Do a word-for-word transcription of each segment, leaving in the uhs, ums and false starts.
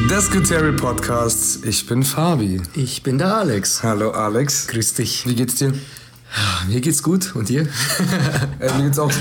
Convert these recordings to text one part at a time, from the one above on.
Descutary Podcasts. Ich bin Fabi. Ich bin der Alex. Hallo Alex. Grüß dich. Wie geht's dir? Mir geht's gut. Und dir? äh, mir geht's auch.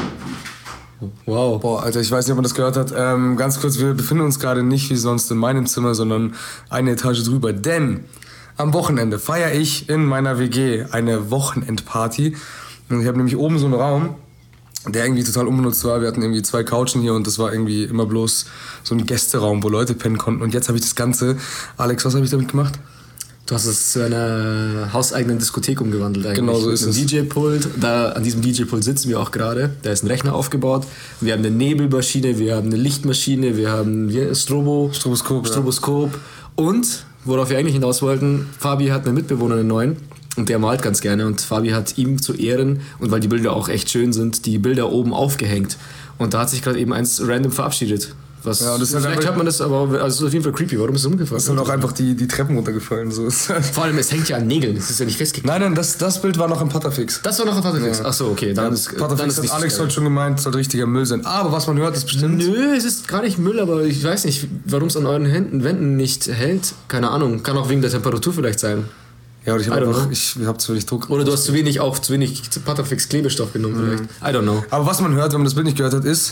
Wow. Boah, Alter, ich weiß nicht, ob man das gehört hat. Ähm, ganz kurz, wir befinden uns gerade nicht wie sonst in meinem Zimmer, sondern eine Etage drüber. Denn am Wochenende feiere ich in meiner W G eine Wochenendparty. Und ich habe nämlich oben so einen Raum, der irgendwie total unbenutzt war. Wir hatten irgendwie zwei Couchen hier und das war irgendwie immer bloß so ein Gästeraum, wo Leute pennen konnten. Und jetzt habe ich das Ganze... Alex, was habe ich damit gemacht? Du hast es zu einer hauseigenen Diskothek umgewandelt eigentlich. Genau so ist es. Ein D J-Pult. Da, an diesem D J-Pult sitzen wir auch gerade. Da ist ein Rechner aufgebaut. Wir haben eine Nebelmaschine, wir haben eine Lichtmaschine, wir haben wie, Strobo, Stroboskop. Stroboskop. Ja. Und, worauf wir eigentlich hinaus wollten, Fabi hat einen Mitbewohner, einen neuen. Und der malt ganz gerne. Und Fabi hat ihm zu Ehren, und weil die Bilder auch echt schön sind, die Bilder oben aufgehängt. Und da hat sich gerade eben eins random verabschiedet. Was, ja, das vielleicht hört man das, aber also es ist auf jeden Fall creepy. Warum ist es umgefallen? Es sind auch einfach die, die Treppen runtergefallen. So. Vor allem, es hängt ja an Nägeln, es ist ja nicht festgeklebt. Nein, nein, das, das Bild war noch im Potterfix. Das war noch im Potterfix? Ja. Achso, okay. Dann ja, ist, Potterfix dann ist hat Alex heute schon gemeint, es sollte richtiger Müll sein. Aber was man hört, ist bestimmt... Nö, es ist gar nicht Müll, aber ich weiß nicht, warum es an euren Händen, Wänden nicht hält. Keine Ahnung, kann auch wegen der Temperatur vielleicht sein. Ja, oder ich habe einfach, ich hab zu wenig Druck. Oder du hast zu wenig, auch zu wenig Potterfix Klebestoff genommen mhm. vielleicht. I don't know. Aber was man hört, wenn man das Bild nicht gehört hat, ist...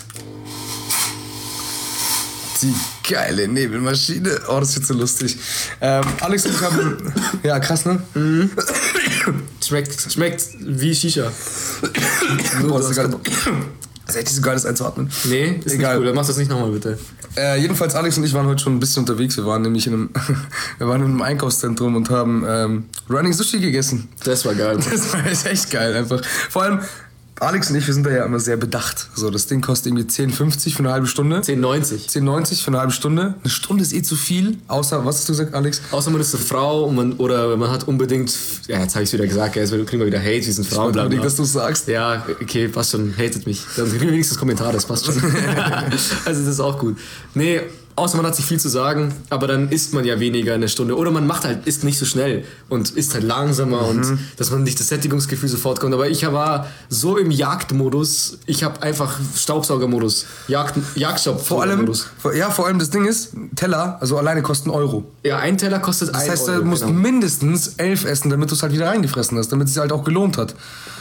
Die geile Nebelmaschine. Oh, das wird so lustig. Ähm, Alex und ich haben... Ja, krass, ne? Mhm. schmeckt, schmeckt wie Shisha. Boah, das ist geil. Das ist echt so geil, das einzuatmen. Nee, ist egal. Nicht cool. Dann mach das nicht nochmal, bitte. Äh, jedenfalls, Alex und ich waren heute schon ein bisschen unterwegs. Wir waren nämlich in einem, wir waren in einem Einkaufszentrum und haben ähm, Running Sushi gegessen. Das war geil. Das war echt geil einfach. Vor allem... Alex und ich, wir sind da ja immer sehr bedacht. So, das Ding kostet irgendwie zehn fünfzig für eine halbe Stunde. zehn neunzig. zehn neunzig für eine halbe Stunde. Eine Stunde ist eh zu viel. Außer, was hast du gesagt, Alex? Außer man ist eine Frau und man, oder man hat unbedingt... Ja, jetzt habe ich es wieder gesagt. Jetzt kriegen wir wieder Hate, wir sind Frauen. Ich unbedingt, dass du es sagst. Ja, okay, passt schon. Hatet mich. Dann kriegen wir wenigstens Kommentar, das passt schon. Also das ist auch gut. Nee... Außer man hat sich viel zu sagen, aber dann isst man ja weniger eine Stunde. Oder man macht halt, isst nicht so schnell und isst halt langsamer mhm. und dass man nicht das Sättigungsgefühl sofort kommt. Aber ich war so im Jagdmodus, ich habe einfach Staubsaugermodus, Jagd, Jagdstaub. Vor allem, ja, vor allem das Ding ist, Teller, also alleine kosten Euro. Ja, ein Teller kostet ein Euro. Das heißt, du musst genau. mindestens elf essen, damit du es halt wieder reingefressen hast, damit es sich halt auch gelohnt hat.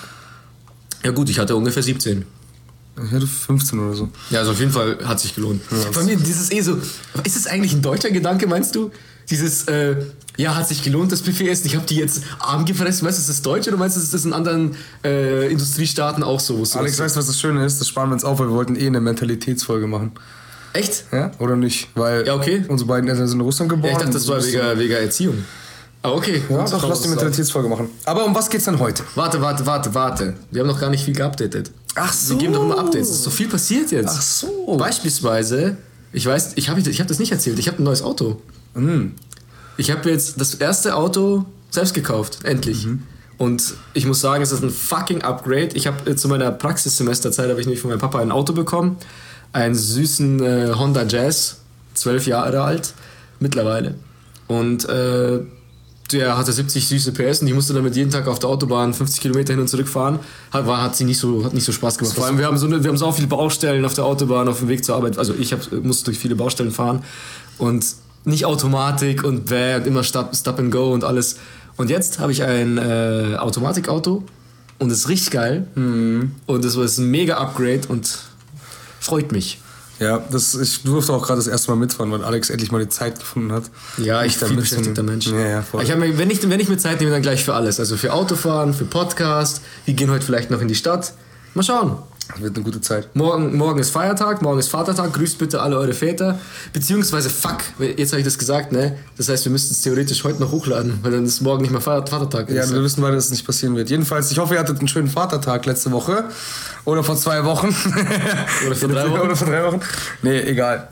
Ja gut, ich hatte ungefähr siebzehn. Ich hatte fünfzehn oder so. Ja, also auf jeden Fall hat sich gelohnt. Ja, Von mir dieses eh so, ist es eigentlich ein deutscher Gedanke, meinst du? Dieses, äh, ja, hat sich gelohnt, das Buffet essen. Ich habe die jetzt arm gefressen. Weißt du, ist das deutsch oder meinst du, ist das in anderen äh, Industriestaaten auch so? Alex, weißt du, was das Schöne ist? Das sparen wir uns auf, weil wir wollten eh eine Mentalitätsfolge machen. Echt? Ja, oder nicht? Weil ja, okay. unsere beiden Eltern sind in Russland geboren. Ja, ich dachte, das war wegen, wegen Erziehung. Ah, okay. Ja, doch, lass die Mentalitätsfolge machen. Aber um was geht's denn heute? Warte, warte, warte, warte. Wir haben noch gar nicht viel geupdatet. Ach so. Wir geben doch immer Updates. Es ist so viel passiert jetzt. Ach so. Beispielsweise, ich weiß, ich habe ich hab das nicht erzählt, ich habe ein neues Auto. Mhm. Ich habe jetzt das erste Auto selbst gekauft, endlich. Mhm. Und ich muss sagen, es ist ein fucking Upgrade. Ich habe zu meiner Praxissemesterzeit, habe ich nämlich von meinem Papa ein Auto bekommen. Einen süßen äh, Honda Jazz, zwölf Jahre alt, mittlerweile. Und äh, der hatte siebzig süße P S und ich musste damit jeden Tag auf der Autobahn fünfzig Kilometer hin und zurück fahren. Hat, war, hat, sie nicht so, hat nicht so Spaß gemacht. Vor allem, wir haben, so eine, wir haben so viele Baustellen auf der Autobahn auf dem Weg zur Arbeit. Also ich hab, musste durch viele Baustellen fahren und nicht Automatik und bäh und immer Stop, Stop and Go und alles. Und jetzt habe ich ein äh, Automatikauto und es ist richtig geil. Mhm. Und es ist ein mega Upgrade und freut mich. Ja, das, ich durfte auch gerade das erste Mal mitfahren, weil Alex endlich mal die Zeit gefunden hat. Ja, ich bin ein beschäftigter Mensch. Ja, ja, voll. Ich hab mir, wenn, ich, wenn ich mir Zeit nehme, dann gleich für alles. Also für Autofahren, für Podcast. Wir gehen heute vielleicht noch in die Stadt. Mal schauen. Das wird eine gute Zeit. Morgen, morgen ist Feiertag, morgen ist Vatertag. Grüßt bitte alle eure Väter. Beziehungsweise, fuck, jetzt habe ich das gesagt, ne? Das heißt, wir müssten es theoretisch heute noch hochladen, weil dann ist morgen nicht mehr Vatertag. Ja, wir wissen beide, dass es nicht passieren wird. Jedenfalls, ich hoffe, ihr hattet einen schönen Vatertag letzte Woche. Oder vor zwei Wochen. Oder vor drei Wochen. Oder vor drei Wochen. Nee, egal.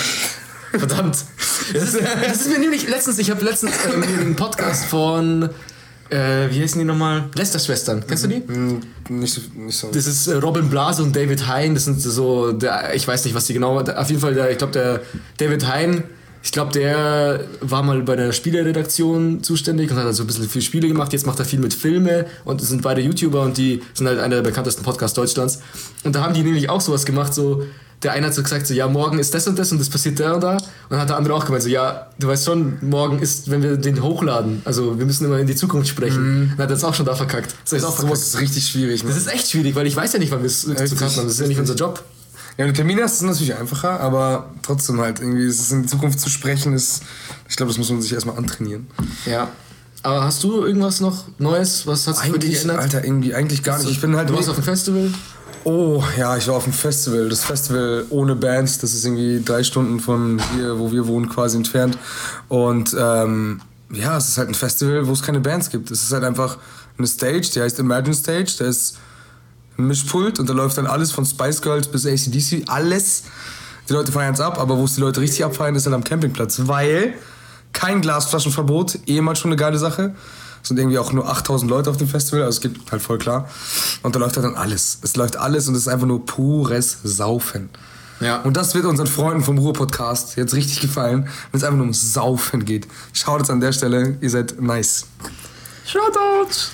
Verdammt. Das ist, das ist mir nämlich letztens, ich habe letztens ähm, einen Podcast von... Äh, wie heißen die nochmal? Lester-Schwestern. Kennst du die? Mm, nicht so. Nicht so. Das ist äh, Robin Blase und David Hein. Das sind so, der, ich weiß nicht, was die genau. Auf jeden Fall, der, ich glaube, der David Hein Ich glaube, der war mal bei der Spieleredaktion zuständig und hat halt so ein bisschen viel Spiele gemacht. Jetzt macht er viel mit Filme und es sind beide YouTuber und die sind halt einer der bekanntesten Podcasts Deutschlands. Und da haben die nämlich auch sowas gemacht, so der eine hat so gesagt, so ja, morgen ist das und das und das passiert da und da. Und dann hat der andere auch gemeint, so ja, du weißt schon, morgen ist, wenn wir den hochladen. Also wir müssen immer in die Zukunft sprechen. Mhm. Dann hat er es auch schon da verkackt. So ist auch verkackt. Das ist richtig schwierig. Man. Das ist echt schwierig, weil ich weiß ja nicht, wann wir es zu cutten haben. Das ist ja nicht unser Job. Ja, mit Termine ist es natürlich einfacher, aber trotzdem halt irgendwie, ist es in die Zukunft zu sprechen, ist, ich glaube, das muss man sich erstmal antrainieren. Ja. Aber hast du irgendwas noch Neues? Was hat sich für dich geändert? Alter, irgendwie eigentlich gar nicht. Ich bin halt du warst auf dem Festival? Oh, ja, ich war auf dem Festival. Das Festival ohne Bands, das ist irgendwie drei Stunden von hier, wo wir wohnen, quasi entfernt. Und ähm, ja, es ist halt ein Festival, wo es keine Bands gibt. Es ist halt einfach eine Stage, die heißt Imagine Stage, da ist ein Mischpult und da läuft dann alles von Spice Girls bis A C D C, alles. Die Leute feiern es ab, aber wo es die Leute richtig abfeiern, ist dann am Campingplatz, weil kein Glasflaschenverbot, ehemals schon eine geile Sache. Es sind irgendwie auch nur achttausend Leute auf dem Festival, also es geht halt voll klar. Und da läuft halt dann alles. Es läuft alles und es ist einfach nur pures Saufen. Ja. Und das wird unseren Freunden vom Ruhr-Podcast jetzt richtig gefallen, wenn es einfach nur ums Saufen geht. Schaut jetzt an der Stelle, ihr seid nice. Shoutout!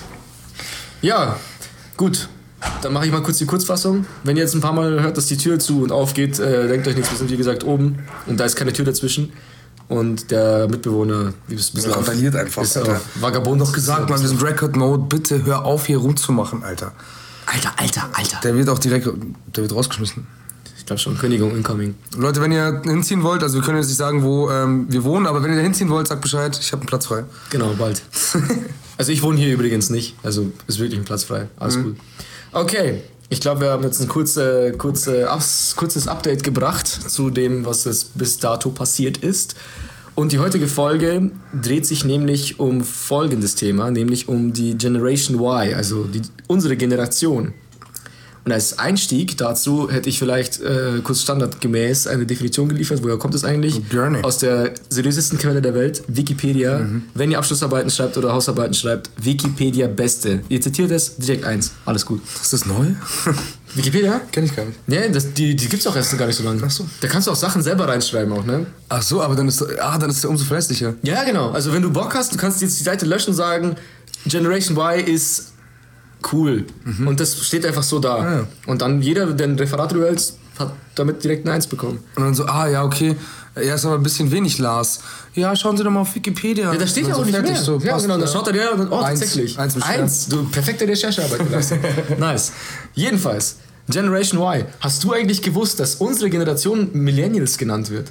Ja, gut. Dann mache ich mal kurz die Kurzfassung. Wenn ihr jetzt ein paar Mal hört, dass die Tür zu und aufgeht, äh, denkt euch nichts, wir sind wie gesagt oben und da ist keine Tür dazwischen. Und der Mitbewohner, wie bist du randaliert einfach, ist Alter. Vagabund. Doch gesagt, man, wir sind Record Mode, bitte hör auf hier rumzumachen, Alter. Alter, Alter, Alter. Der wird auch direkt, der wird rausgeschmissen. Ich glaube schon, Kündigung incoming. Leute, wenn ihr hinziehen wollt, also wir können jetzt nicht sagen, wo ähm, wir wohnen, aber wenn ihr da hinziehen wollt, sagt Bescheid, ich habe einen Platz frei. Genau, bald. Also ich wohne hier übrigens nicht, also ist wirklich ein Platz frei, alles mhm. gut. Okay, ich glaube, wir haben jetzt ein kurze, kurze, kurzes Update gebracht zu dem, was es bis dato passiert ist. Und die heutige Folge dreht sich nämlich um folgendes Thema, nämlich um die Generation Y, also die, unsere Generation. Und als Einstieg dazu hätte ich vielleicht äh, kurz standardgemäß eine Definition geliefert. Woher kommt es eigentlich? Gerne. Aus der seriösesten Quelle der Welt, Wikipedia. Mhm. Wenn ihr Abschlussarbeiten schreibt oder Hausarbeiten schreibt, Wikipedia Beste. Ihr zitiert es, direkt eins. Alles gut. Ist das neu? Wikipedia? Kenn ich gar nicht. Nee, das, die, die gibt's auch erst gar nicht so lange. Ach so. Da kannst du auch Sachen selber reinschreiben auch, ne? Ach so, aber dann ist ah, dann ist der umso verlässlicher. Ja, genau. Also wenn du Bock hast, du kannst jetzt die Seite löschen und sagen, Generation Y ist cool. Mhm. Und das steht einfach so da. Ah, ja. Und dann jeder, der ein Referat drüber hält, hat damit direkt eine Eins bekommen. Und dann so, ah ja, okay, er ist aber ein bisschen wenig Lars. Ja, schauen Sie doch mal auf Wikipedia. Ja, da steht ja auch so nicht mehr. So, ja, genau, da schaut er ja und dann, oh, eins, tatsächlich. Eins, eins. Du, perfekte Recherchearbeit geleistet. Nice. Jedenfalls, Generation Y. Hast du eigentlich gewusst, dass unsere Generation Millennials genannt wird?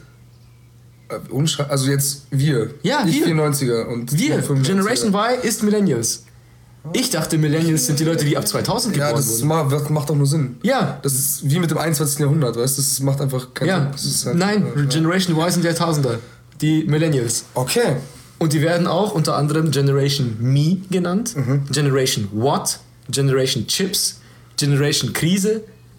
Also jetzt wir. Ja, ich wir. vierundneunziger und wir. Generation Y ist Millennials. Ich dachte, Millennials sind die Leute, die ab zweitausend geboren wurden. Ja, das wurden. macht, macht doch nur Sinn. Ja. Das ist wie mit dem einundzwanzigsten Jahrhundert, weißt du? Das macht einfach keinen ja. Sinn. Das ist halt, Nein, ja, Generation Y sind die Jahrtausender. Die Millennials. Okay. Und die werden auch unter anderem Generation Me genannt, mhm. Generation What, Generation Chips, Generation Krise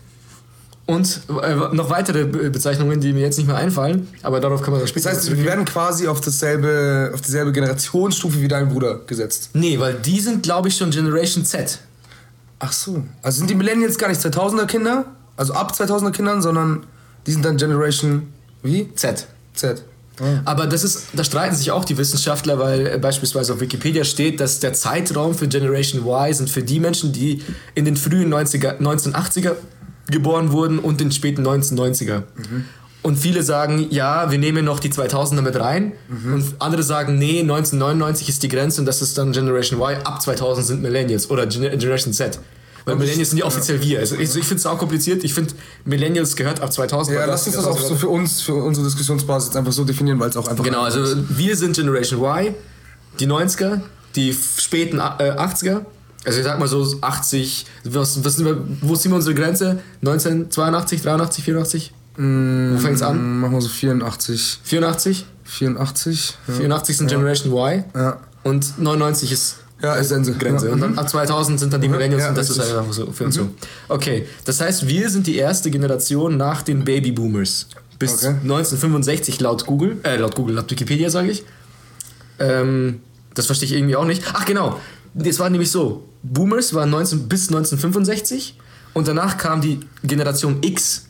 und äh, noch weitere Bezeichnungen, die mir jetzt nicht mehr einfallen, aber darauf kann man dann später. Das heißt, wir werden quasi auf dasselbe, auf dieselbe Generationsstufe wie dein Bruder gesetzt. Nee, weil die sind, glaube ich, schon Generation Z. Ach so. Also sind die Millennials gar nicht zweitausender Kinder, also ab zweitausender Kindern, sondern die sind dann Generation wie? Z. Z. Oh. Aber das ist, da streiten sich auch die Wissenschaftler, weil äh, beispielsweise auf Wikipedia steht, dass der Zeitraum für Generation Y sind für die Menschen, die in den frühen neunziger, neunzehnhundertachtziger geboren wurden und den späten neunzehnhundertneunziger. Mhm. Und viele sagen, ja, wir nehmen noch die zweitausender mit rein. Mhm. Und andere sagen, nee, neunzehnhundertneunundneunzig ist die Grenze und das ist dann Generation Y. Ab zweitausend sind Millennials oder Gen- Generation Z. Weil Millennials sind ja offiziell wir. Also ich, ich finde es auch kompliziert. Ich finde, Millennials gehört ab zweitausend. Ja, lass uns das auch so für uns, für unsere Diskussionsbasis jetzt einfach so definieren, weil es auch einfach... Genau, also wir sind Generation Y, die neunziger, die späten äh, achtziger. Also ich sag mal so achtzig, was, was sind wir, wo ziehen wir unsere Grenze? neunzehnhundertzweiundachtzig, dreiundachtzig, vierundachtzig? Mm, wo fängt's an? Machen wir so vierundachtzig. vierundachtzig? vierundachtzig. Ja. vierundachtzig sind Generation Y. Ja. Und neunundneunzig ist... Ja, ist Sense. Grenze. Ja. Und dann ab zweitausend sind dann die Millennials ja, und das richtig. ist einfach so für uns mhm. so. Okay, das heißt, wir sind die erste Generation nach den Babyboomers. Bis okay. neunzehnhundertfünfundsechzig laut Google, äh, laut Google, laut Wikipedia sage ich. Ähm, das verstehe ich irgendwie auch nicht. Ach genau, es war nämlich so, Boomers waren neunzehn, bis neunzehnhundertfünfundsechzig und danach kam die Generation X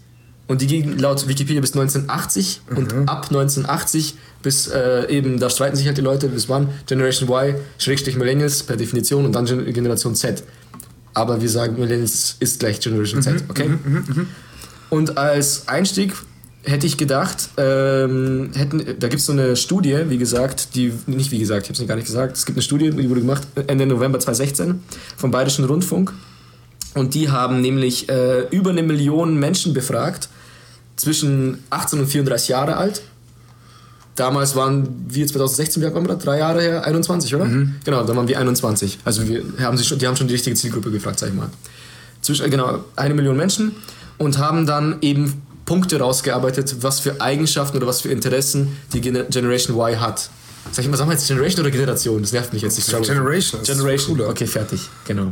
Und die ging laut Wikipedia bis neunzehnhundertachtzig mhm. und ab neunzehnhundertachtzig bis äh, eben, da streiten sich halt die Leute, bis wann, Generation Y, Schrägstrich Millennials per Definition und dann Generation Z. Aber wir sagen, Millennials ist gleich Generation mhm. Z, okay? Mhm, mhm. Und als Einstieg hätte ich gedacht, ähm, hätten, da gibt es so eine Studie, wie gesagt, die, nicht wie gesagt, ich habe es gar nicht gesagt, es gibt eine Studie, die wurde gemacht Ende November zweitausendsechzehn vom Bayerischen Rundfunk. Und die haben nämlich äh, über eine Million Menschen befragt, zwischen achtzehn und vierunddreißig Jahre alt. Damals waren wir zweitausendsechzehn, wie alt waren wir da? Drei Jahre her? einundzwanzig, oder? Mhm. Genau, dann waren wir einundzwanzig. Also wir haben sie schon, die haben schon die richtige Zielgruppe gefragt, sag ich mal. Zwischen, genau, eine Million Menschen und haben dann eben Punkte rausgearbeitet, was für Eigenschaften oder was für Interessen die Generation Y hat. Sag ich mal, sagen wir jetzt Generation oder Generation? Das nervt mich jetzt nicht. Generation. Generation, okay, fertig, genau.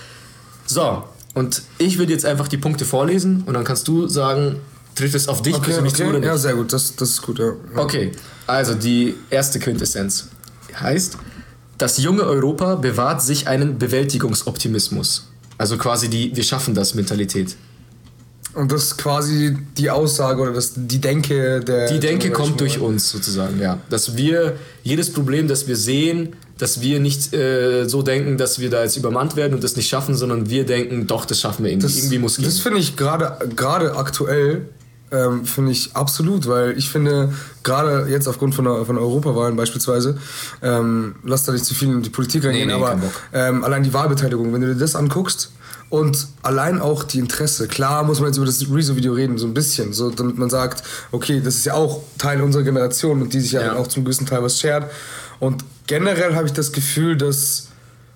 So, und ich würde jetzt einfach die Punkte vorlesen und dann kannst du sagen, trifft es auf dich, okay, bist du mich okay. zu oder nicht? Ja, sehr gut, das, das ist gut, ja. ja. Okay, also die erste Quintessenz heißt, das junge Europa bewahrt sich einen Bewältigungsoptimismus. Also quasi die Wir schaffen das Mentalität. Und das ist quasi die Aussage oder das, die Denke der... Die Denke kommt durch uns sozusagen, ja. Dass wir jedes Problem, das wir sehen, dass wir nicht äh, so denken, dass wir da jetzt übermannt werden und das nicht schaffen, sondern wir denken, doch, das schaffen wir irgendwie. Das, irgendwie muss gehen. Das finde ich gerade gerade aktuell, ähm, finde ich absolut, weil ich finde, gerade jetzt aufgrund von, der, von Europawahlen beispielsweise, ähm, lass da nicht zu viel in die Politik reingehen, nee, nee, aber ähm, allein die Wahlbeteiligung, wenn du dir das anguckst, und allein auch die Interesse. Klar muss man jetzt über das Rezo-Video reden, so ein bisschen, so, damit man sagt, okay, das ist ja auch Teil unserer Generation und die sich ja, ja. dann auch zum gewissen Teil was schert. Und generell habe ich das Gefühl, dass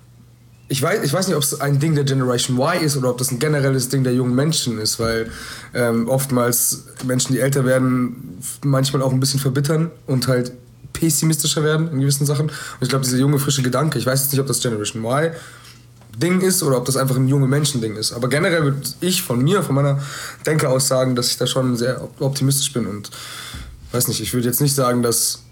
ich weiß, ich weiß nicht, ob es ein Ding der Generation Y ist oder ob das ein generelles Ding der jungen Menschen ist, weil ähm, oftmals Menschen, die älter werden, manchmal auch ein bisschen verbittern und halt pessimistischer werden in gewissen Sachen. Und ich glaube, dieser junge, frische Gedanke, ich weiß jetzt nicht, ob das Generation Y Ding ist oder ob das einfach ein junge Menschen-Ding ist. Aber generell würde ich von mir, von meiner Denke aus sagen, dass ich da schon sehr optimistisch bin und weiß nicht, ich würde jetzt nicht sagen, dass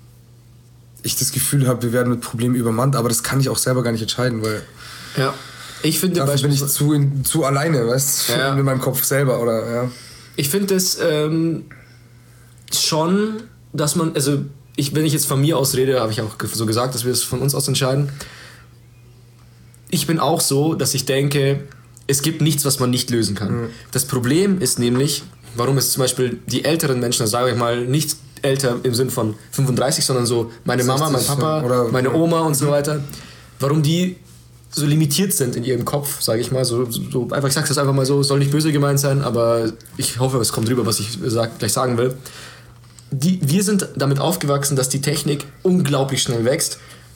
ich das Gefühl habe, wir werden mit Problemen übermannt, aber das kann ich auch selber gar nicht entscheiden, weil ja, ich finde dafür bin ich zu, in, zu alleine, weißt du, ja. in meinem Kopf selber, oder, ja. Ich finde es ähm, schon, dass man, also ich, wenn ich jetzt von mir aus rede, habe ich auch so gesagt, dass wir es von uns aus entscheiden. Ich bin auch so, dass ich denke, es gibt nichts, was man nicht lösen kann. Mhm. Das Problem ist nämlich, warum es zum Beispiel die älteren Menschen, sage ich mal, nicht älter im Sinn von fünfunddreißig, sondern so meine Mama, mein Papa, oder meine Oma und so weiter, warum die so limitiert sind in ihrem Kopf, sage ich mal, so, so einfach, ich sag's das einfach mal so, soll nicht böse gemeint sein, aber ich hoffe, es kommt rüber, was ich sag, gleich sagen will. Die, wir sind damit aufgewachsen, dass die Technik unglaublich schnell wächst.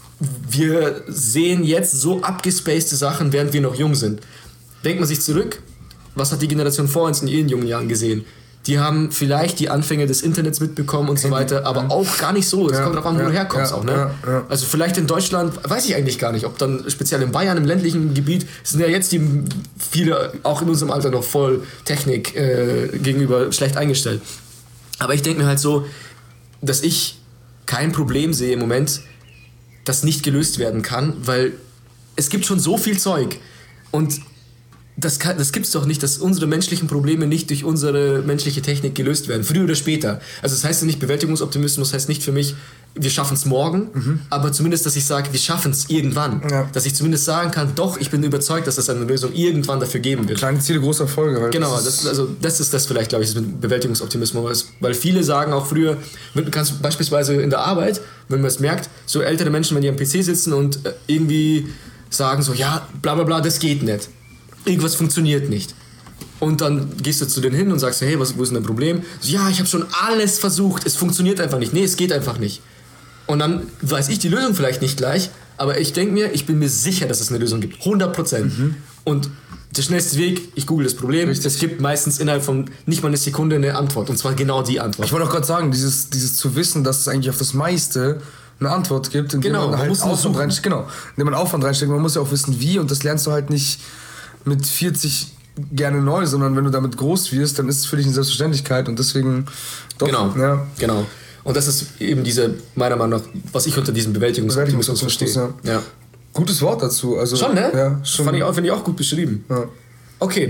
Wir sehen jetzt so abgespacede Sachen, während wir noch jung sind. Denkt man sich zurück, was hat die Generation vor uns in ihren jungen Jahren gesehen? Die haben vielleicht die Anfänge des Internets mitbekommen und so weiter, aber auch gar nicht so. Es ja, kommt darauf an, wo ja, du herkommst ja, auch. Ne? Ja, ja. Also vielleicht in Deutschland, weiß ich eigentlich gar nicht, ob dann speziell in Bayern, im ländlichen Gebiet, sind ja jetzt die viele, auch in unserem Alter noch voll Technik äh, gegenüber schlecht eingestellt. Aber ich denke mir halt so, dass ich kein Problem sehe im Moment, das nicht gelöst werden kann, weil es gibt schon so viel Zeug und das, kann, das gibt's doch nicht, dass unsere menschlichen Probleme nicht durch unsere menschliche Technik gelöst werden, früher oder später. Also das heißt ja nicht, Bewältigungsoptimismus heißt nicht für mich, wir schaffen es morgen, mhm. aber zumindest, dass ich sage, wir schaffen es irgendwann. Ja. Dass ich zumindest sagen kann, doch, ich bin überzeugt, dass es eine Lösung irgendwann dafür geben wird. Kleine Ziele, große Erfolge. Halt. Genau, das ist, also, das ist das vielleicht, glaube ich, das mit Bewältigungsoptimismus. Weil viele sagen auch früher, wenn, kannst beispielsweise in der Arbeit, wenn man es merkt, so ältere Menschen, wenn die am P C sitzen und irgendwie sagen so, ja, bla bla bla, das geht nicht. Irgendwas funktioniert nicht. Und dann gehst du zu denen hin und sagst, hey, was, wo ist denn dein Problem? So, ja, ich habe schon alles versucht, es funktioniert einfach nicht. Nee, es geht einfach nicht. Und dann weiß ich die Lösung vielleicht nicht gleich, aber ich denke mir, ich bin mir sicher, dass es eine Lösung gibt. hundert Prozent. Mhm. Und der schnellste Weg, ich google das Problem, Richtig. Es gibt meistens innerhalb von nicht mal eine Sekunde eine Antwort. Und zwar genau die Antwort. Ich wollte auch gerade sagen, dieses, dieses zu wissen, dass es eigentlich auf das meiste eine Antwort gibt, indem genau, man, man halt muss Aufwand reinsteckt. Genau, indem man Aufwand reinsteckt. Man muss ja auch wissen, wie, und das lernst du halt nicht mit vierzig gerne neu, sondern wenn du damit groß wirst, dann ist es für dich eine Selbstverständlichkeit und deswegen doch. Genau, ja. genau. Und das ist eben diese, meiner Meinung nach, was ich unter diesem Bewältigungsoptimismus verstehe. Ja. Ja. Gutes Wort dazu. Also, schon, ne? Ja, schon. Fand ich auch, finde ich auch gut beschrieben. Ja. Okay,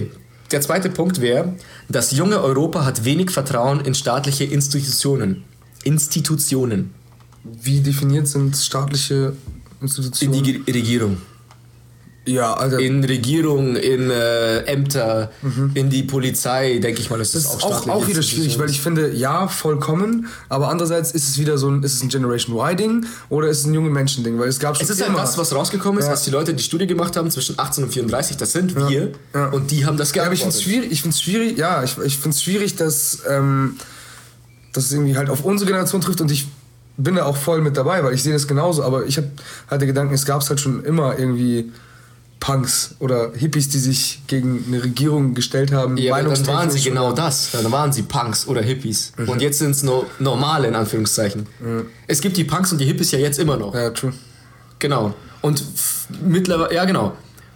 der zweite Punkt wäre, das junge Europa hat wenig Vertrauen in staatliche Institutionen. Institutionen. Wie definiert sind staatliche Institutionen? In die Ge- Regierung. Ja, Alter. In Regierung, in äh, Ämter, mhm. in die Polizei, denke ich mal, ist das, das auch ist auch, staatlich. auch wieder schwierig, weil ich finde, ja, vollkommen, aber andererseits ist es wieder so ein, ist es ein Generation Y-Ding oder ist es ein junge Menschen-Ding, weil es gab schon Es ist halt das, was rausgekommen ist, ja. als die Leute die Studie gemacht haben zwischen achtzehn und vierunddreißig, das sind ja. wir ja. und die haben das geantwortet. Ja, aber ich finde es schwierig, ich find's schwierig, ja, ich, ich finde es schwierig, dass, ähm, dass es irgendwie halt auf unsere Generation trifft und ich bin da auch voll mit dabei, weil ich sehe das genauso, aber ich habe halt den Gedanken, es gab es halt schon immer irgendwie Punks oder Hippies, die sich gegen eine Regierung gestellt haben. Ja, dann waren sie genau das. Dann waren sie Punks oder Hippies. Mhm. Und jetzt sind es no, normale, in Anführungszeichen. Mhm. Es gibt die Punks und die Hippies ja jetzt immer noch. Ja, true. Genau. Und mittlerweile, ja genau.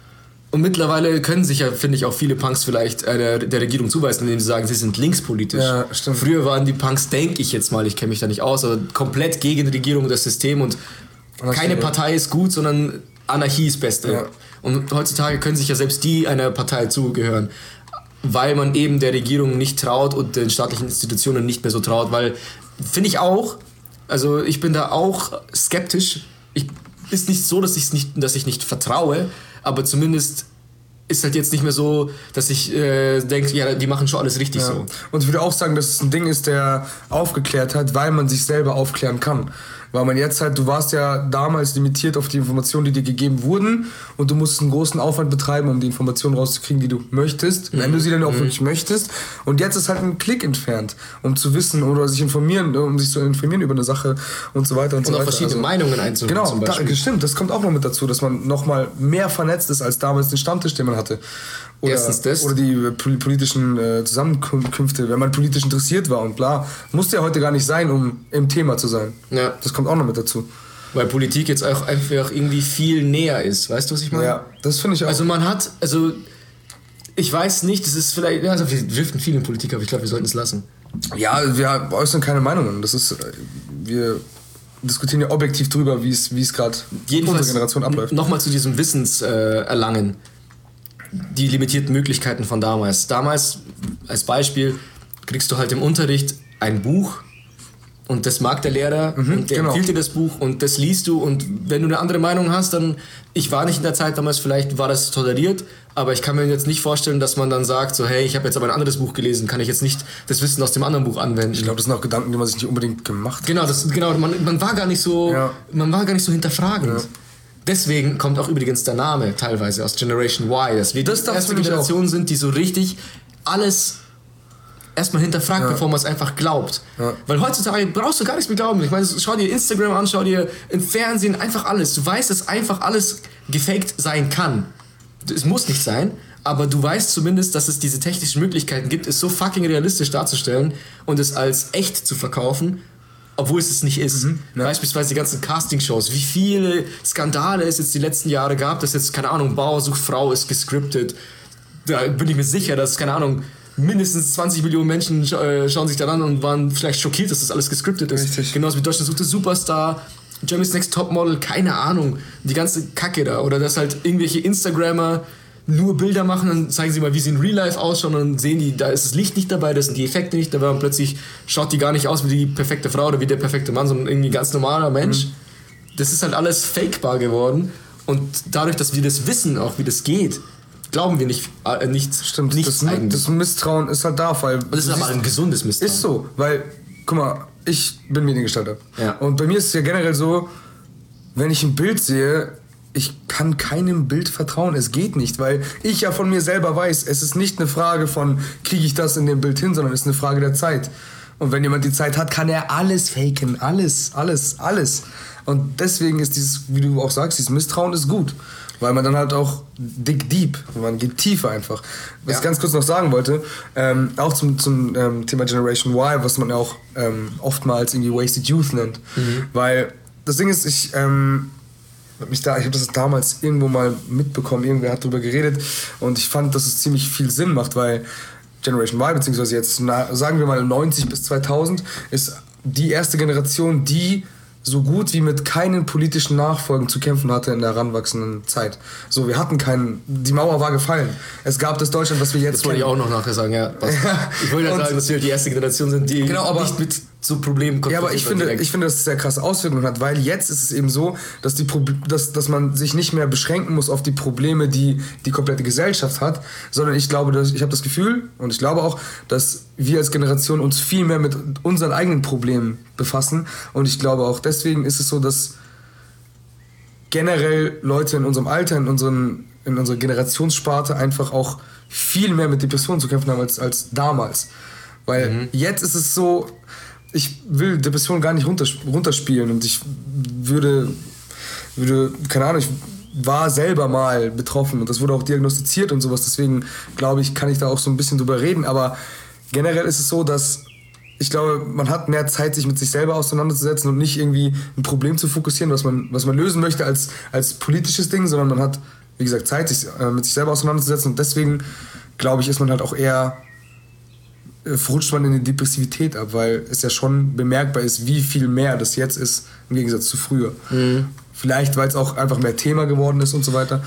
Und mittlerweile können sich ja, finde ich, auch viele Punks vielleicht äh, der Regierung zuweisen, indem sie sagen, sie sind linkspolitisch. Ja, stimmt. Früher waren die Punks, denke ich jetzt mal, ich kenne mich da nicht aus, aber komplett gegen die Regierung und das System und das keine stimmt, Partei ja. ist gut, sondern Anarchie ist Beste. Ja. Und heutzutage können sich ja selbst die einer Partei zugehören, weil man eben der Regierung nicht traut und den staatlichen Institutionen nicht mehr so traut, weil, finde ich auch, also ich bin da auch skeptisch. Ich, ist nicht so, dass, ich's nicht, dass ich nicht vertraue, aber zumindest ist halt jetzt nicht mehr so, dass ich äh, denke, ja, die machen schon alles richtig ja. so. Und ich würde auch sagen, dass es ein Ding ist, der aufgeklärt hat, weil man sich selber aufklären kann. Weil man jetzt halt, du warst ja damals limitiert auf die Informationen, die dir gegeben wurden und du musst einen großen Aufwand betreiben, um die Informationen rauszukriegen, die du möchtest, mhm. wenn du sie dann auch mhm. wirklich möchtest. Und jetzt ist halt ein Klick entfernt, um zu wissen oder sich informieren, um sich zu informieren über eine Sache und so weiter und, und so weiter. Und auch verschiedene also, Meinungen einzuholen genau, zum Beispiel. Genau, stimmt, das kommt auch noch mit dazu, dass man nochmal mehr vernetzt ist als damals den Stammtisch, den man hatte. Oder, Erstens das. Oder die äh, politischen äh, Zusammenkünfte, wenn man politisch interessiert war und bla. Musste ja heute gar nicht sein, um im Thema zu sein. Ja. Das kommt auch noch mit dazu. Weil Politik jetzt auch einfach irgendwie viel näher ist. Weißt du, was ich meine? Ja, das finde ich auch. Also man hat, also ich weiß nicht, das ist vielleicht, also wir driften viel in Politik, aber ich glaube, wir sollten es lassen. Ja, wir äußern keine Meinungen. Das ist, wir diskutieren ja objektiv drüber, wie es gerade unsere Generation abläuft. Nochmal zu diesem Wissenserlangen. Äh, die limitierten Möglichkeiten von damals. Damals, als Beispiel, kriegst du halt im Unterricht ein Buch und das mag der Lehrer mhm, und der genau. empfiehlt dir das Buch und das liest du und wenn du eine andere Meinung hast, dann, ich war nicht in der Zeit damals, vielleicht war das toleriert, aber ich kann mir jetzt nicht vorstellen, dass man dann sagt, so hey, ich habe jetzt aber ein anderes Buch gelesen, kann ich jetzt nicht das Wissen aus dem anderen Buch anwenden. Ich glaube, das sind auch Gedanken, die man sich nicht unbedingt gemacht hat. Genau, das, genau man, man war gar nicht so, ja. man war gar nicht so hinterfragend. Ja. Deswegen kommt auch übrigens der Name teilweise aus Generation Y, dass wir das die erste Generation sind, die so richtig alles erstmal hinterfragt, ja. bevor man es einfach glaubt. Ja. Weil heutzutage brauchst du gar nichts mehr glauben. Ich meine, schau dir Instagram an, schau dir im Fernsehen, einfach alles. Du weißt, dass einfach alles gefaked sein kann. Es muss nicht sein, aber du weißt zumindest, dass es diese technischen Möglichkeiten gibt, es so fucking realistisch darzustellen und es als echt zu verkaufen, obwohl es es nicht ist. Mhm, ja. Beispielsweise die ganzen Castingshows. Wie viele Skandale es jetzt die letzten Jahre gab, dass jetzt, keine Ahnung, Bauer sucht Frau ist gescriptet. Da bin ich mir sicher, dass, keine Ahnung, mindestens zwanzig Millionen Menschen äh, schauen sich da an und waren vielleicht schockiert, dass das alles gescriptet ist. Richtig. Genauso wie Deutschland sucht der Superstar, Germany's Next Topmodel, keine Ahnung. Die ganze Kacke da. Oder dass halt irgendwelche Instagrammer nur Bilder machen, dann zeigen sie mal, wie sie in Real Life ausschauen und dann sehen die, da ist das Licht nicht dabei, da sind die Effekte nicht dabei und plötzlich schaut die gar nicht aus wie die perfekte Frau oder wie der perfekte Mann, sondern irgendwie ein ganz normaler Mensch. Mhm. Das ist halt alles fakebar geworden und dadurch, dass wir das wissen auch, wie das geht, glauben wir nicht, äh, nichts. Stimmt, nichts das, das Misstrauen ist halt da, weil... Das ist aber ein gesundes Misstrauen. Ist so, weil, guck mal, ich bin Mediengestalter. Ja. Und bei mir ist es ja generell so, wenn ich ein Bild sehe, ich kann keinem Bild vertrauen, es geht nicht, weil ich ja von mir selber weiß, es ist nicht eine Frage von, kriege ich das in dem Bild hin, sondern es ist eine Frage der Zeit. Und wenn jemand die Zeit hat, kann er alles faken, alles, alles, alles. Und deswegen ist dieses, wie du auch sagst, dieses Misstrauen ist gut, weil man dann halt auch dig deep, man geht tiefer einfach. Was ja. ich ganz kurz noch sagen wollte, ähm, auch zum, zum ähm, Thema Generation Y, was man ja auch ähm, oftmals irgendwie Wasted Youth nennt, mhm. weil das Ding ist, ich... Ähm, mich da, ich habe das damals irgendwo mal mitbekommen, irgendwer hat darüber geredet und ich fand, dass es ziemlich viel Sinn macht, weil Generation Y, beziehungsweise jetzt na, sagen wir mal neunzig bis zweitausend, ist die erste Generation, die so gut wie mit keinen politischen Nachfolgen zu kämpfen hatte in der heranwachsenden Zeit. So, wir hatten keinen, die Mauer war gefallen. Es gab das Deutschland, was wir jetzt Das wollte ich auch noch nachher sagen, ja. Ich wollte ja sagen, dass wir die erste Generation sind, die genau, aber, nicht mit so Problemen konfrontiert. Ja, aber ich finde, ich finde, dass es sehr krasse Auswirkungen hat, weil jetzt ist es eben so, dass, die Pro- dass, dass man sich nicht mehr beschränken muss auf die Probleme, die die komplette Gesellschaft hat, sondern ich glaube, dass, ich habe das Gefühl und ich glaube auch, dass wir als Generation uns viel mehr mit unseren eigenen Problemen befassen und ich glaube auch deswegen ist es so, dass generell Leute in unserem Alter, in, unseren, in unserer Generationssparte einfach auch viel mehr mit Depressionen zu kämpfen haben als, als damals. Weil mhm. jetzt ist es so, ich will Depressionen gar nicht runterspielen und ich würde, würde, keine Ahnung, ich war selber mal betroffen und das wurde auch diagnostiziert und sowas, deswegen glaube ich, kann ich da auch so ein bisschen drüber reden, aber generell ist es so, dass ich glaube, man hat mehr Zeit, sich mit sich selber auseinanderzusetzen und nicht irgendwie ein Problem zu fokussieren, was man, was man lösen möchte als, als politisches Ding, sondern man hat, wie gesagt, Zeit, sich äh, mit sich selber auseinanderzusetzen und deswegen, glaube ich, ist man halt auch eher rutscht man in die Depressivität ab, weil es ja schon bemerkbar ist, wie viel mehr das jetzt ist im Gegensatz zu früher. Mhm. Vielleicht, weil es auch einfach mehr Thema geworden ist und so weiter.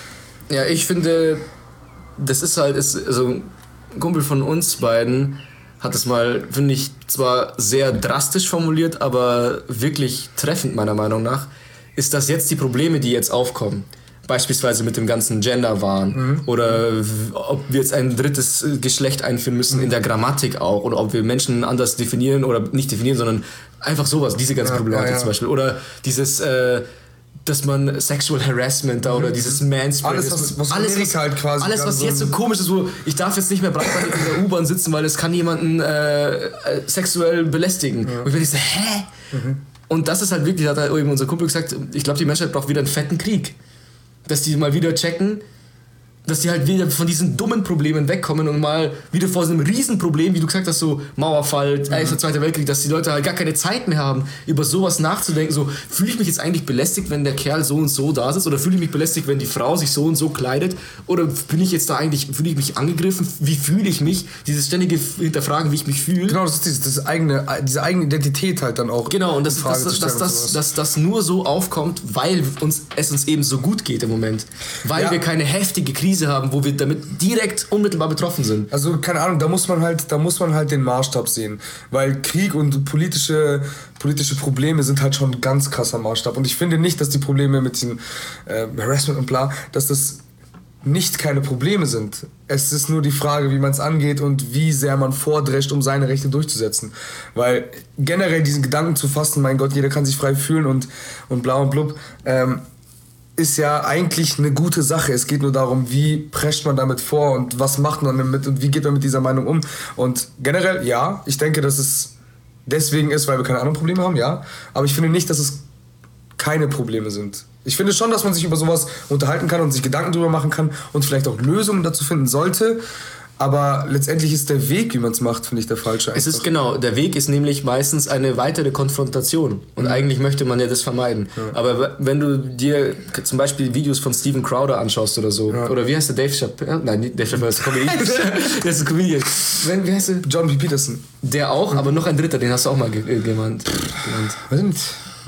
Ja, ich finde, das ist halt, ist, also ein Kumpel von uns beiden hat es mal, finde ich, zwar sehr drastisch formuliert, aber wirklich treffend meiner Meinung nach, ist, dass jetzt die Probleme, die jetzt aufkommen, beispielsweise mit dem ganzen Gender-Wahn mhm. oder ob wir jetzt ein drittes Geschlecht einführen müssen mhm. in der Grammatik auch oder ob wir Menschen anders definieren oder nicht definieren, sondern einfach sowas, diese ganze ja, Problematik ja, ja. zum Beispiel oder dieses, äh, dass man Sexual Harassment da mhm. oder dieses Mansplaining, alles was, was, alles, was, halt quasi alles, was jetzt so komisch ist, wo ich darf jetzt nicht mehr breitbeinig in der U-Bahn sitzen, weil es kann jemanden äh, sexuell belästigen. Ja. Und ich werde so, hä? Mhm. Und das ist halt wirklich, hat halt eben unser Kumpel gesagt, ich glaube, die Menschheit braucht wieder einen fetten Krieg. Dass die mal wieder checken, dass die halt wieder von diesen dummen Problemen wegkommen und mal wieder vor so einem Riesenproblem, wie du gesagt hast, so Mauerfall, mhm. Erster, Zweiter Weltkrieg, dass die Leute halt gar keine Zeit mehr haben, über sowas nachzudenken. So, fühle ich mich jetzt eigentlich belästigt, wenn der Kerl so und so da sitzt? Oder fühle ich mich belästigt, wenn die Frau sich so und so kleidet? Oder bin ich jetzt da eigentlich, fühle ich mich angegriffen? Wie fühle ich mich? Dieses ständige Hinterfragen, wie ich mich fühle. Genau, das ist dieses, das eigene, diese eigene Identität halt dann auch. Genau, und das, das, das, dass das, das, das nur so aufkommt, weil uns, es uns eben so gut geht im Moment. Weil ja. wir keine heftige Krise haben, wo wir damit direkt unmittelbar betroffen sind. Also keine Ahnung, da muss man halt, da muss man halt den Maßstab sehen, weil Krieg und politische politische Probleme sind halt schon ein ganz krasser Maßstab und ich finde nicht, dass die Probleme mit diesem äh, Harassment und bla, dass das nicht keine Probleme sind. Es ist nur die Frage, wie man es angeht und wie sehr man vordrescht, um seine Rechte durchzusetzen. Weil generell diesen Gedanken zu fassen, mein Gott, jeder kann sich frei fühlen und, und bla und blub, ähm, ist ja eigentlich eine gute Sache. Es geht nur darum, wie prescht man damit vor und was macht man damit und wie geht man mit dieser Meinung um. Und generell, ja, ich denke, dass es deswegen ist, weil wir keine anderen Probleme haben, ja. Aber ich finde nicht, dass es keine Probleme sind. Ich finde schon, dass man sich über sowas unterhalten kann und sich Gedanken drüber machen kann und vielleicht auch Lösungen dazu finden sollte. Aber letztendlich ist der Weg, wie man es macht, finde ich, der falsche. Es ist genau, der Weg ist nämlich meistens eine weitere Konfrontation. Und mhm. eigentlich möchte man ja das vermeiden. Ja. Aber wenn du dir zum Beispiel Videos von Steven Crowder anschaust oder so, ja. oder wie heißt der, Dave Chappelle? Nein, nicht Dave Chappelle, das ist Comedian. Der ist ein Comedian. Wenn, wie heißt der? Jordan B. Peterson. Der auch, mhm. aber noch ein dritter, den hast du auch mal ge- genannt. Was denn?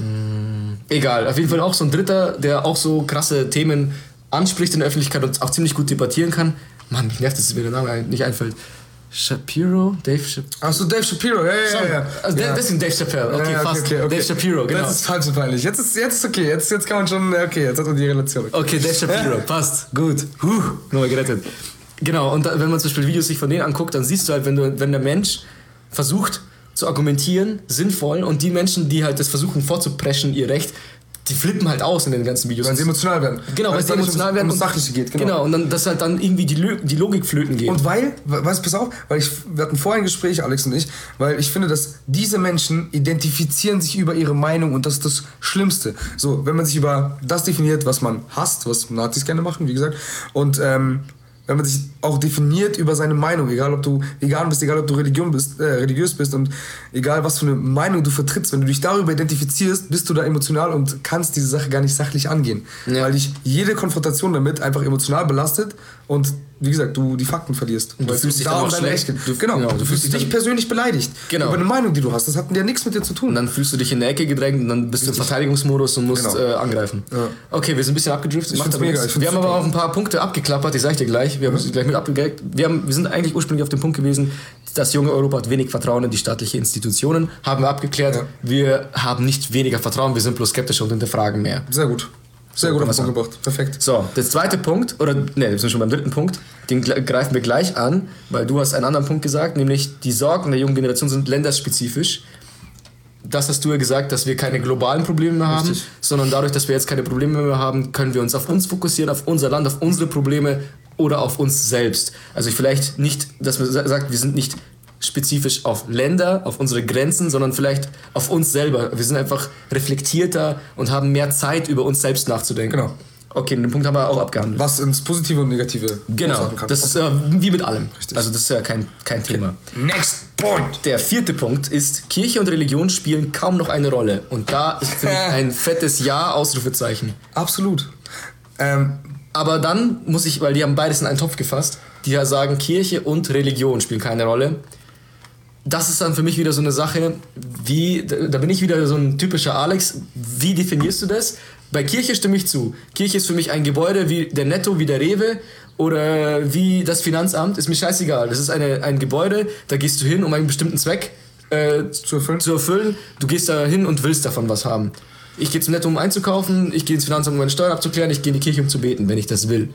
Hm. Egal, auf jeden Fall auch so ein dritter, der auch so krasse Themen anspricht in der Öffentlichkeit und auch ziemlich gut debattieren kann. Mann, mich nervt, dass mir der Name nicht einfällt. Shapiro? Dave Shapiro? Achso, Dave Shapiro, ja, ja, ja. ja. Also ja. Deswegen Dave Chappelle, okay, ja, okay, fast. Okay, okay. Dave Shapiro, genau. Das ist falsch und peinlich. Jetzt ist, jetzt ist okay, jetzt, jetzt kann man schon, okay, jetzt hat man die Relation. Okay, okay Dave Shapiro, ja. passt, gut. Huh, nochmal gerettet. Genau, und da, wenn man zum Beispiel Videos sich von denen anguckt, dann siehst du halt, wenn, du, wenn der Mensch versucht zu argumentieren, sinnvoll, und die Menschen, die halt das versuchen vorzupreschen, ihr Recht, die flippen halt aus in den ganzen Videos. Weil sie emotional werden. Genau, weil, weil sie emotional werden. Um das Sachliche geht, genau. Genau, und dann, dass halt dann irgendwie die, Lö- die Logik flöten geht. Und weil, weißt du, pass auf, weil ich, wir hatten vorher ein Gespräch, Alex und ich, weil ich finde, dass diese Menschen identifizieren sich über ihre Meinung und das ist das Schlimmste. So, wenn man sich über das definiert, was man hasst, was Nazis gerne machen, wie gesagt, und ähm, wenn man sich auch definiert über seine Meinung, egal ob du vegan bist, egal ob du Religion bist, äh, religiös bist und egal was für eine Meinung du vertrittst, wenn du dich darüber identifizierst, bist du da emotional und kannst diese Sache gar nicht sachlich angehen. Ja. Weil dich jede Konfrontation damit einfach emotional belastet und wie gesagt, du die Fakten verlierst. Und du fühlst dich dann auch schlecht. Du, genau, genau, du, du fühlst dich persönlich beleidigt. Genau. Über eine Meinung, die du hast. Das hat ja nichts mit dir zu tun. Und dann fühlst du dich in der Ecke gedrängt und dann bist Richtig. du im Verteidigungsmodus und musst genau. äh, angreifen. Ja. Okay, wir sind ein bisschen abgedriftet. Ich find's mega, ich wir haben super. aber auch ein paar Punkte abgeklappert, die sag ich dir gleich. Wir haben sie gleich mit abgegeckt. Wir, haben, wir sind eigentlich ursprünglich auf dem Punkt gewesen, das junge Europa hat wenig Vertrauen in die staatlichen Institutionen. Haben wir abgeklärt. Ja. Wir haben nicht weniger Vertrauen, wir sind bloß skeptischer und hinterfragen mehr. Sehr gut. Sehr gut auf den Punkt gebracht. Perfekt. So, der zweite Punkt, oder ne, wir sind schon beim dritten Punkt, den greifen wir gleich an, weil du hast einen anderen Punkt gesagt, nämlich die Sorgen der jungen Generation sind länderspezifisch. Das hast du ja gesagt, dass wir keine globalen Probleme mehr haben, Richtig. sondern dadurch, dass wir jetzt keine Probleme mehr haben, können wir uns auf uns fokussieren, auf unser Land, auf unsere Probleme oder auf uns selbst. Also vielleicht nicht, dass man sagt, wir sind nicht spezifisch auf Länder, auf unsere Grenzen, sondern vielleicht auf uns selber. Wir sind einfach reflektierter und haben mehr Zeit, über uns selbst nachzudenken. Genau. Okay, den Punkt haben wir auch abgehandelt. Was ins Positive und Negative Genau, kann. das ist äh, wie mit allem. Richtig. Also das ist ja kein, kein Thema. Okay. Next point! Der vierte Punkt ist, Kirche und Religion spielen kaum noch eine Rolle. Und da ist für mich ein fettes Ja, Ausrufezeichen. Absolut. Ähm, Aber dann muss ich, weil die haben beides in einen Topf gefasst, die ja sagen, Kirche und Religion spielen keine Rolle. Das ist dann für mich wieder so eine Sache, wie, da bin ich wieder so ein typischer Alex, wie definierst du das? Bei Kirche stimme ich zu. Kirche ist für mich ein Gebäude wie der Netto, wie der Rewe oder wie das Finanzamt, ist mir scheißegal. Das ist eine, ein Gebäude, da gehst du hin, um einen bestimmten Zweck äh, zu, erfüllen. zu erfüllen. Du gehst da hin und willst davon was haben. Ich gehe zum Netto, um einzukaufen, ich gehe ins Finanzamt, um meine Steuern abzuklären, ich gehe in die Kirche, um zu beten, wenn ich das will.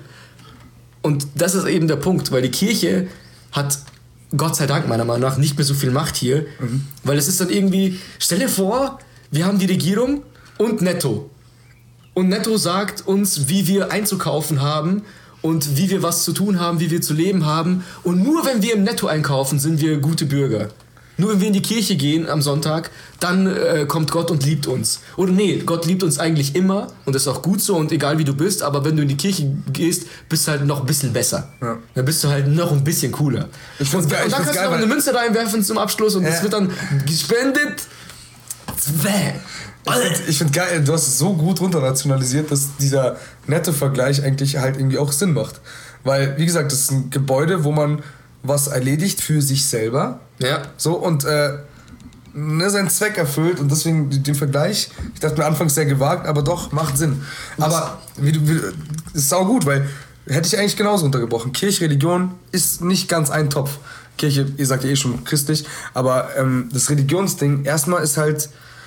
Und das ist eben der Punkt, weil die Kirche hat, Gott sei Dank meiner Meinung nach, nicht mehr so viel Macht hier, mhm. weil es ist dann irgendwie, stell dir vor, wir haben die Regierung und Netto. Und Netto sagt uns, wie wir einzukaufen haben und wie wir was zu tun haben, wie wir zu leben haben. Und nur wenn wir im Netto einkaufen, sind wir gute Bürger. Nur wenn wir in die Kirche gehen am Sonntag, dann äh, kommt Gott und liebt uns. Oder nee, Gott liebt uns eigentlich immer und das ist auch gut so und egal wie du bist, aber wenn du in die Kirche gehst, bist du halt noch ein bisschen besser. Ja. Dann bist du halt noch ein bisschen cooler. Ich find's und, geil, und dann ich kannst geil, du noch eine Münze reinwerfen zum Abschluss und ja. das wird dann gespendet. Bäh. Ich finde find geil, du hast es so gut runterrationalisiert, dass dieser nette Vergleich eigentlich halt irgendwie auch Sinn macht. Weil, wie gesagt, das ist ein Gebäude, wo man was erledigt für sich selber. Ja. So und äh, ne, seinen Zweck erfüllt und deswegen den Vergleich, ich dachte mir anfangs sehr gewagt, aber doch, macht Sinn. Aber wie du, wie, ist sau gut, weil hätte ich eigentlich genauso untergebrochen. Kirche, Religion ist nicht ganz ein Topf. Kirche, ihr sagt ja eh schon christlich, aber ähm, das Religionsding, erstmal ist halt,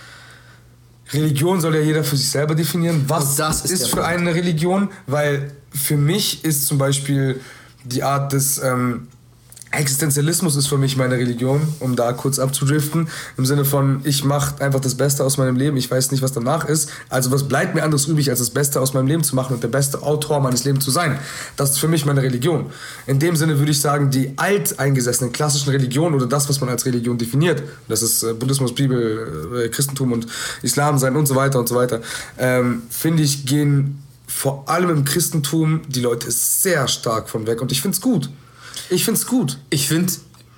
Religion soll ja jeder für sich selber definieren. Was das ist, ist für Punkt. Eine Religion? Weil für mich ist zum Beispiel die Art des ähm, Existenzialismus ist für mich meine Religion, um da kurz abzudriften. Im Sinne von, ich mache einfach das Beste aus meinem Leben, ich weiß nicht, was danach ist. Also was bleibt mir anderes übrig, als das Beste aus meinem Leben zu machen und der beste Autor meines Lebens zu sein. Das ist für mich meine Religion. In dem Sinne würde ich sagen, die alteingesessenen klassischen Religionen oder das, was man als Religion definiert, das ist äh, Buddhismus, Bibel, äh, Christentum und Islam sein und so weiter und so weiter, ähm, finde ich, gehen vor allem im Christentum die Leute sehr stark von weg und ich finde es gut. Ich find's gut. Ich finde,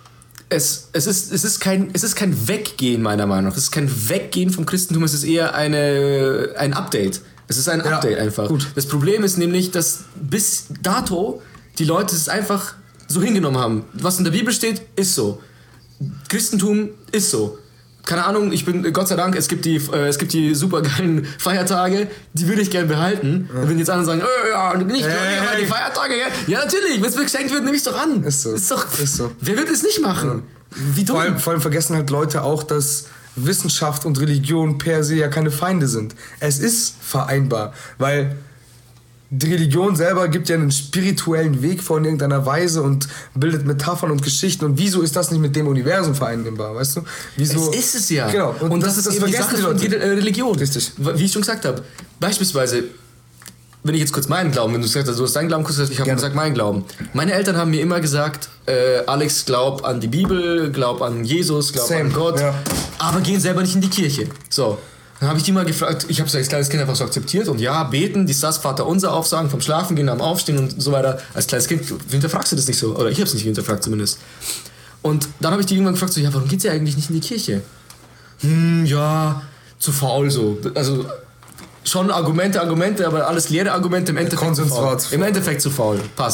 es, es, ist, es, ist kein, es ist kein Weggehen, meiner Meinung nach. Es ist kein Weggehen vom Christentum, es ist eher eine, ein Update. Es ist ein Update ja, einfach. Gut. Das Problem ist nämlich, dass bis dato die Leute es einfach so hingenommen haben. Was in der Bibel steht, ist so. Christentum ist so. Keine Ahnung, ich bin, Gott sei Dank, es gibt die, äh, es gibt die supergeilen Feiertage, die würde ich gerne behalten. Ja. Wenn jetzt andere sagen, äh, ja, nicht, äh, äh, die Feiertage, ja. Ja, natürlich, wenn es mir geschenkt wird, nehme ich es doch an. Ist so. Ist doch, ist so. Wer wird es nicht machen? Ja. Wie dumm. Vor allem, vor allem vergessen halt Leute auch, dass Wissenschaft und Religion per se ja keine Feinde sind. Es ist vereinbar, weil die Religion selber gibt ja einen spirituellen Weg vor in irgendeiner Weise und bildet Metaphern und Geschichten. Und wieso ist das nicht mit dem Universum vereinbar, weißt du? Wieso? Es ist es ja. Genau. Und, und das, das ist das eben die Sache die von Religion. Richtig. Wie ich schon gesagt habe. Beispielsweise, wenn ich jetzt kurz meinen Glauben, wenn du sagst, du hast deinen Glauben, kurz, ich habe gesagt meinen Glauben. Meine Eltern haben mir immer gesagt, äh, Alex, glaub an die Bibel, glaub an Jesus, glaub Same. an Gott, ja. aber gehen selber nicht in die Kirche. So. Dann habe ich die mal gefragt, ich habe es als kleines Kind einfach so akzeptiert und ja, beten, dies, das, Vater unser aufsagen, vom Schlafen gehen, am Aufstehen und so weiter. Als kleines Kind hinterfragst du das nicht so, oder ich habe es nicht hinterfragt zumindest. Und dann habe ich die irgendwann gefragt, so, ja, warum geht sie eigentlich nicht in die Kirche? Hm, ja, zu faul so. Also schon Argumente, Argumente, aber alles leere Argumente, im Endeffekt zu faul. Im Endeffekt zu faul, passt.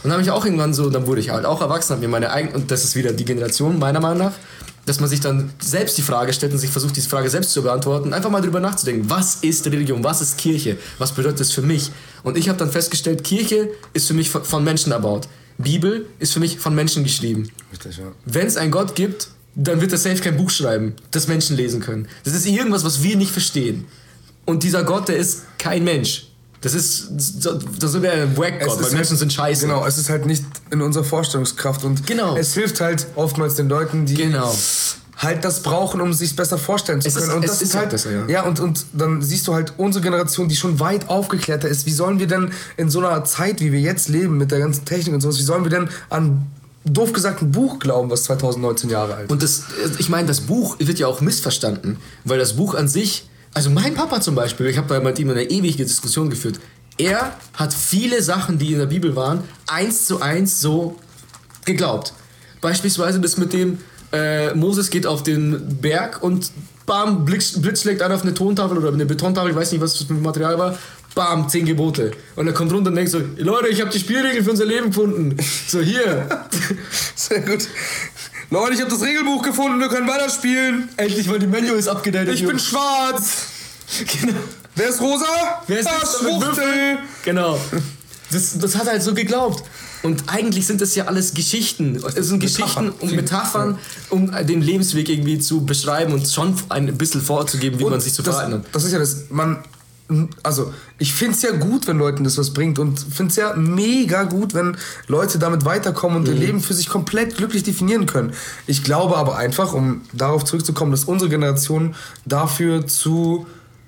dann habe ich auch irgendwann so, dann wurde ich halt auch erwachsen, habe mir meine eigenen, und das ist wieder die Generation meiner Meinung nach, dass man sich dann selbst die Frage stellt und sich versucht, diese Frage selbst zu beantworten, einfach mal drüber nachzudenken, was ist Religion, was ist Kirche, was bedeutet das für mich? Und ich habe dann festgestellt, Kirche ist für mich von Menschen erbaut. Bibel ist für mich von Menschen geschrieben. Richtig, ja. Wenn es einen Gott gibt, dann wird er safe kein Buch schreiben, das Menschen lesen können. Das ist irgendwas, was wir nicht verstehen. Und dieser Gott, der ist kein Mensch. Das ist, das wäre ein Wack-Gott, weil Menschen sind scheiße. Genau, es ist halt nicht in unserer Vorstellungskraft und genau. es hilft halt oftmals den Leuten, die genau. halt das brauchen, um sich besser vorstellen zu es können. Ist, und es das ist ist halt, besser, ja. ja, und, und dann siehst du halt unsere Generation, die schon weit aufgeklärter ist. Wie sollen wir denn in so einer Zeit, wie wir jetzt leben, mit der ganzen Technik und sowas, wie sollen wir denn an, doof gesagt, ein Buch glauben, was zweitausendneunzehn Jahre alt ist? Und das, ich meine, das Buch wird ja auch missverstanden, weil das Buch an sich, also mein Papa zum Beispiel, ich habe da mit ihm eine ewige Diskussion geführt, er hat viele Sachen, die in der Bibel waren, eins zu eins so geglaubt. Beispielsweise das mit dem, äh, Moses geht auf den Berg und bam, Blitz, Blitz schlägt einer auf eine Tontafel oder eine Betontafel, ich weiß nicht, was das für ein Material war, bam, zehn Gebote. Und er kommt runter und denkt so, Leute, ich habe die Spielregeln für unser Leben gefunden. So, hier. Sehr gut. Leute, ich habe das Regelbuch gefunden, wir können weiterspielen. Endlich, weil die Menu ist abgedatet. Ich bin schwarz. Genau. Wer ist rosa? Wer ist ah, Schwuchtel? Genau. Das, das hat er halt so geglaubt. Und eigentlich sind das ja alles Geschichten. Es sind Geschichten und Metaphern, um den Lebensweg irgendwie zu beschreiben und schon ein bisschen vorzugeben, wie und man sich zu verhalten hat. Das ist ja das, man, also ich finde es ja gut, wenn Leuten das was bringt und finde es ja mega gut, wenn Leute damit weiterkommen und mhm. ihr Leben für sich komplett glücklich definieren können. Ich glaube aber einfach, um darauf zurückzukommen, dass unsere Generation dafür zu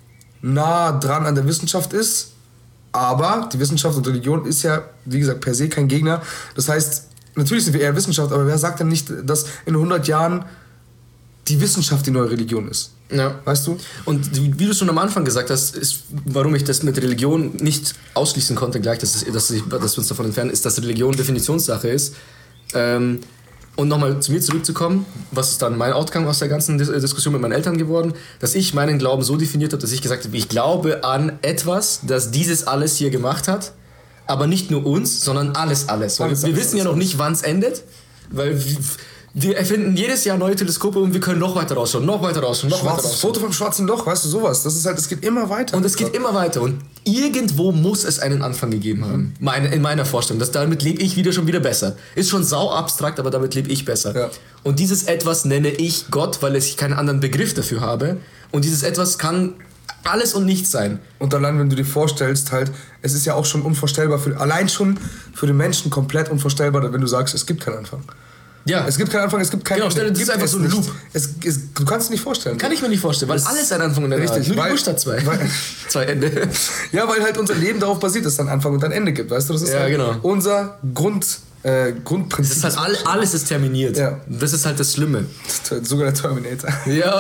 nah dran an der Wissenschaft ist, aber die Wissenschaft und Religion ist ja, wie gesagt, per se kein Gegner. Das heißt, natürlich sind wir eher Wissenschaft, aber wer sagt denn nicht, dass in hundert Jahren die Wissenschaft die neue Religion ist? Ja. Weißt du? Und wie du schon am Anfang gesagt hast, ist, warum ich das mit Religion nicht ausschließen konnte, gleich, dass, es, dass, ich, dass wir uns davon entfernen, ist, dass Religion Definitionssache ist. Ähm, Und nochmal zu mir zurückzukommen, was ist dann mein Outcome aus der ganzen Dis- Diskussion mit meinen Eltern geworden, dass ich meinen Glauben so definiert habe, dass ich gesagt habe, ich glaube an etwas, das dieses alles hier gemacht hat, aber nicht nur uns, sondern alles, alles. Weil alles, wir alles, wissen ja noch nicht, wann es endet, weil wir, wir erfinden jedes Jahr neue Teleskope und wir können noch weiter rausschauen, noch weiter rausschauen, noch weiter Schwarzes rausschauen. Foto vom schwarzen Loch, weißt du, sowas. Das ist halt, es geht immer weiter. Und es geht immer weiter. Und irgendwo muss es einen Anfang gegeben haben. Meine, in meiner Vorstellung. Das, damit lebe ich wieder schon wieder besser. Ist schon sau abstrakt, aber damit lebe ich besser. Ja. Und dieses Etwas nenne ich Gott, weil ich keinen anderen Begriff dafür habe. Und dieses Etwas kann alles und nichts sein. Und allein, wenn du dir vorstellst, halt, es ist ja auch schon unvorstellbar, für, allein schon für den Menschen komplett unvorstellbar, wenn du sagst, es gibt keinen Anfang. Ja. Es gibt keinen Anfang, es gibt keinen Genau, stell dir das gibt ist einfach es so ein nicht. Loop. Es, es, du kannst es nicht vorstellen. Kann ich mir nicht vorstellen, weil Das- alles einen Anfang und ein Ende hat. Richtig, Nur die weil- Buchstabe zwei. weil- zwei Ende. Ja, weil halt unser Leben darauf basiert, dass es einen Anfang und ein Ende gibt, weißt du? Das ist Ja, halt genau. unser Grund, äh, Grundprinzip. Das ist halt all, alles ist terminiert. Ja. Das ist halt das Schlimme. Sogar der Terminator. Ja.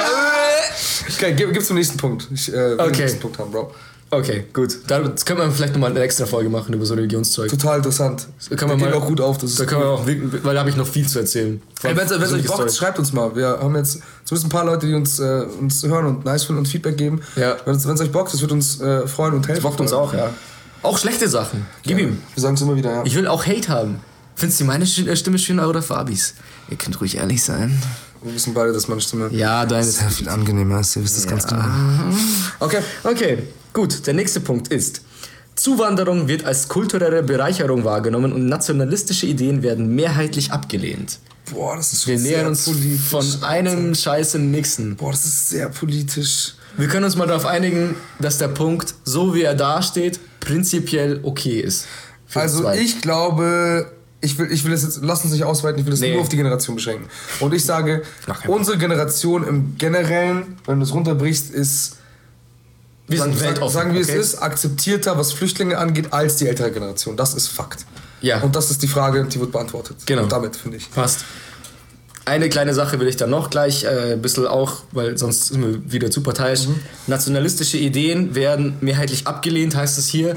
Okay, gib, gib's zum nächsten Punkt. Ich äh, will Okay. den nächsten Punkt haben, Bro. Okay, gut. Da können wir vielleicht nochmal eine extra Folge machen über so Religionszeug. Total interessant. Da kann man geht mal- auch gut auf. Das ist Da können wir cool. auch, wirklich- weil da habe ich noch viel zu erzählen. Ey, wenn es euch Persönliche bockt, Story. schreibt uns mal. Wir haben jetzt zumindest ein paar Leute, die uns, äh, uns hören und nice finden und Feedback geben. Ja. Wenn es euch bockt, das wird uns äh, freuen und helfen. Das bockt uns auch, ja. Auch schlechte Sachen. Gib ihm. Wir sagen es immer wieder, ja. Ich will auch Hate haben. Findest du meine Sch- äh, Stimme schöner oder Fabis? Ihr könnt ruhig ehrlich sein. Wir wissen beide, dass meine Stimme Ja, deine sehr viel angenehmer ist. Ihr wisst das ganz genau. Okay. Okay, gut. Der nächste Punkt ist: Zuwanderung wird als kulturelle Bereicherung wahrgenommen und nationalistische Ideen werden mehrheitlich abgelehnt. Boah, das ist Wir sehr nähern uns politisch. von einem Scheiß in den nächsten. Boah, das ist sehr politisch. Wir können uns mal darauf einigen, dass der Punkt, so wie er dasteht, prinzipiell okay ist. Für Also zwei. ich glaube, ich will, ich will das jetzt, lass uns nicht ausweiten, ich will das Nee. nur auf die Generation beschränken. Und ich sage, Mach keinen unsere Generation im Generellen, wenn du es runterbrichst, ist, Wir sind sagen, weltoffen, sagen wir okay? es ist, akzeptierter, was Flüchtlinge angeht, als die ältere Generation. Das ist Fakt. Ja. Und das ist die Frage, die wird beantwortet. Genau. Und damit, finde ich. Passt. Eine kleine Sache will ich dann noch gleich äh, ein bisschen auch, weil sonst sind wir wieder zu parteiisch. Mhm. Nationalistische Ideen werden mehrheitlich abgelehnt, heißt es hier.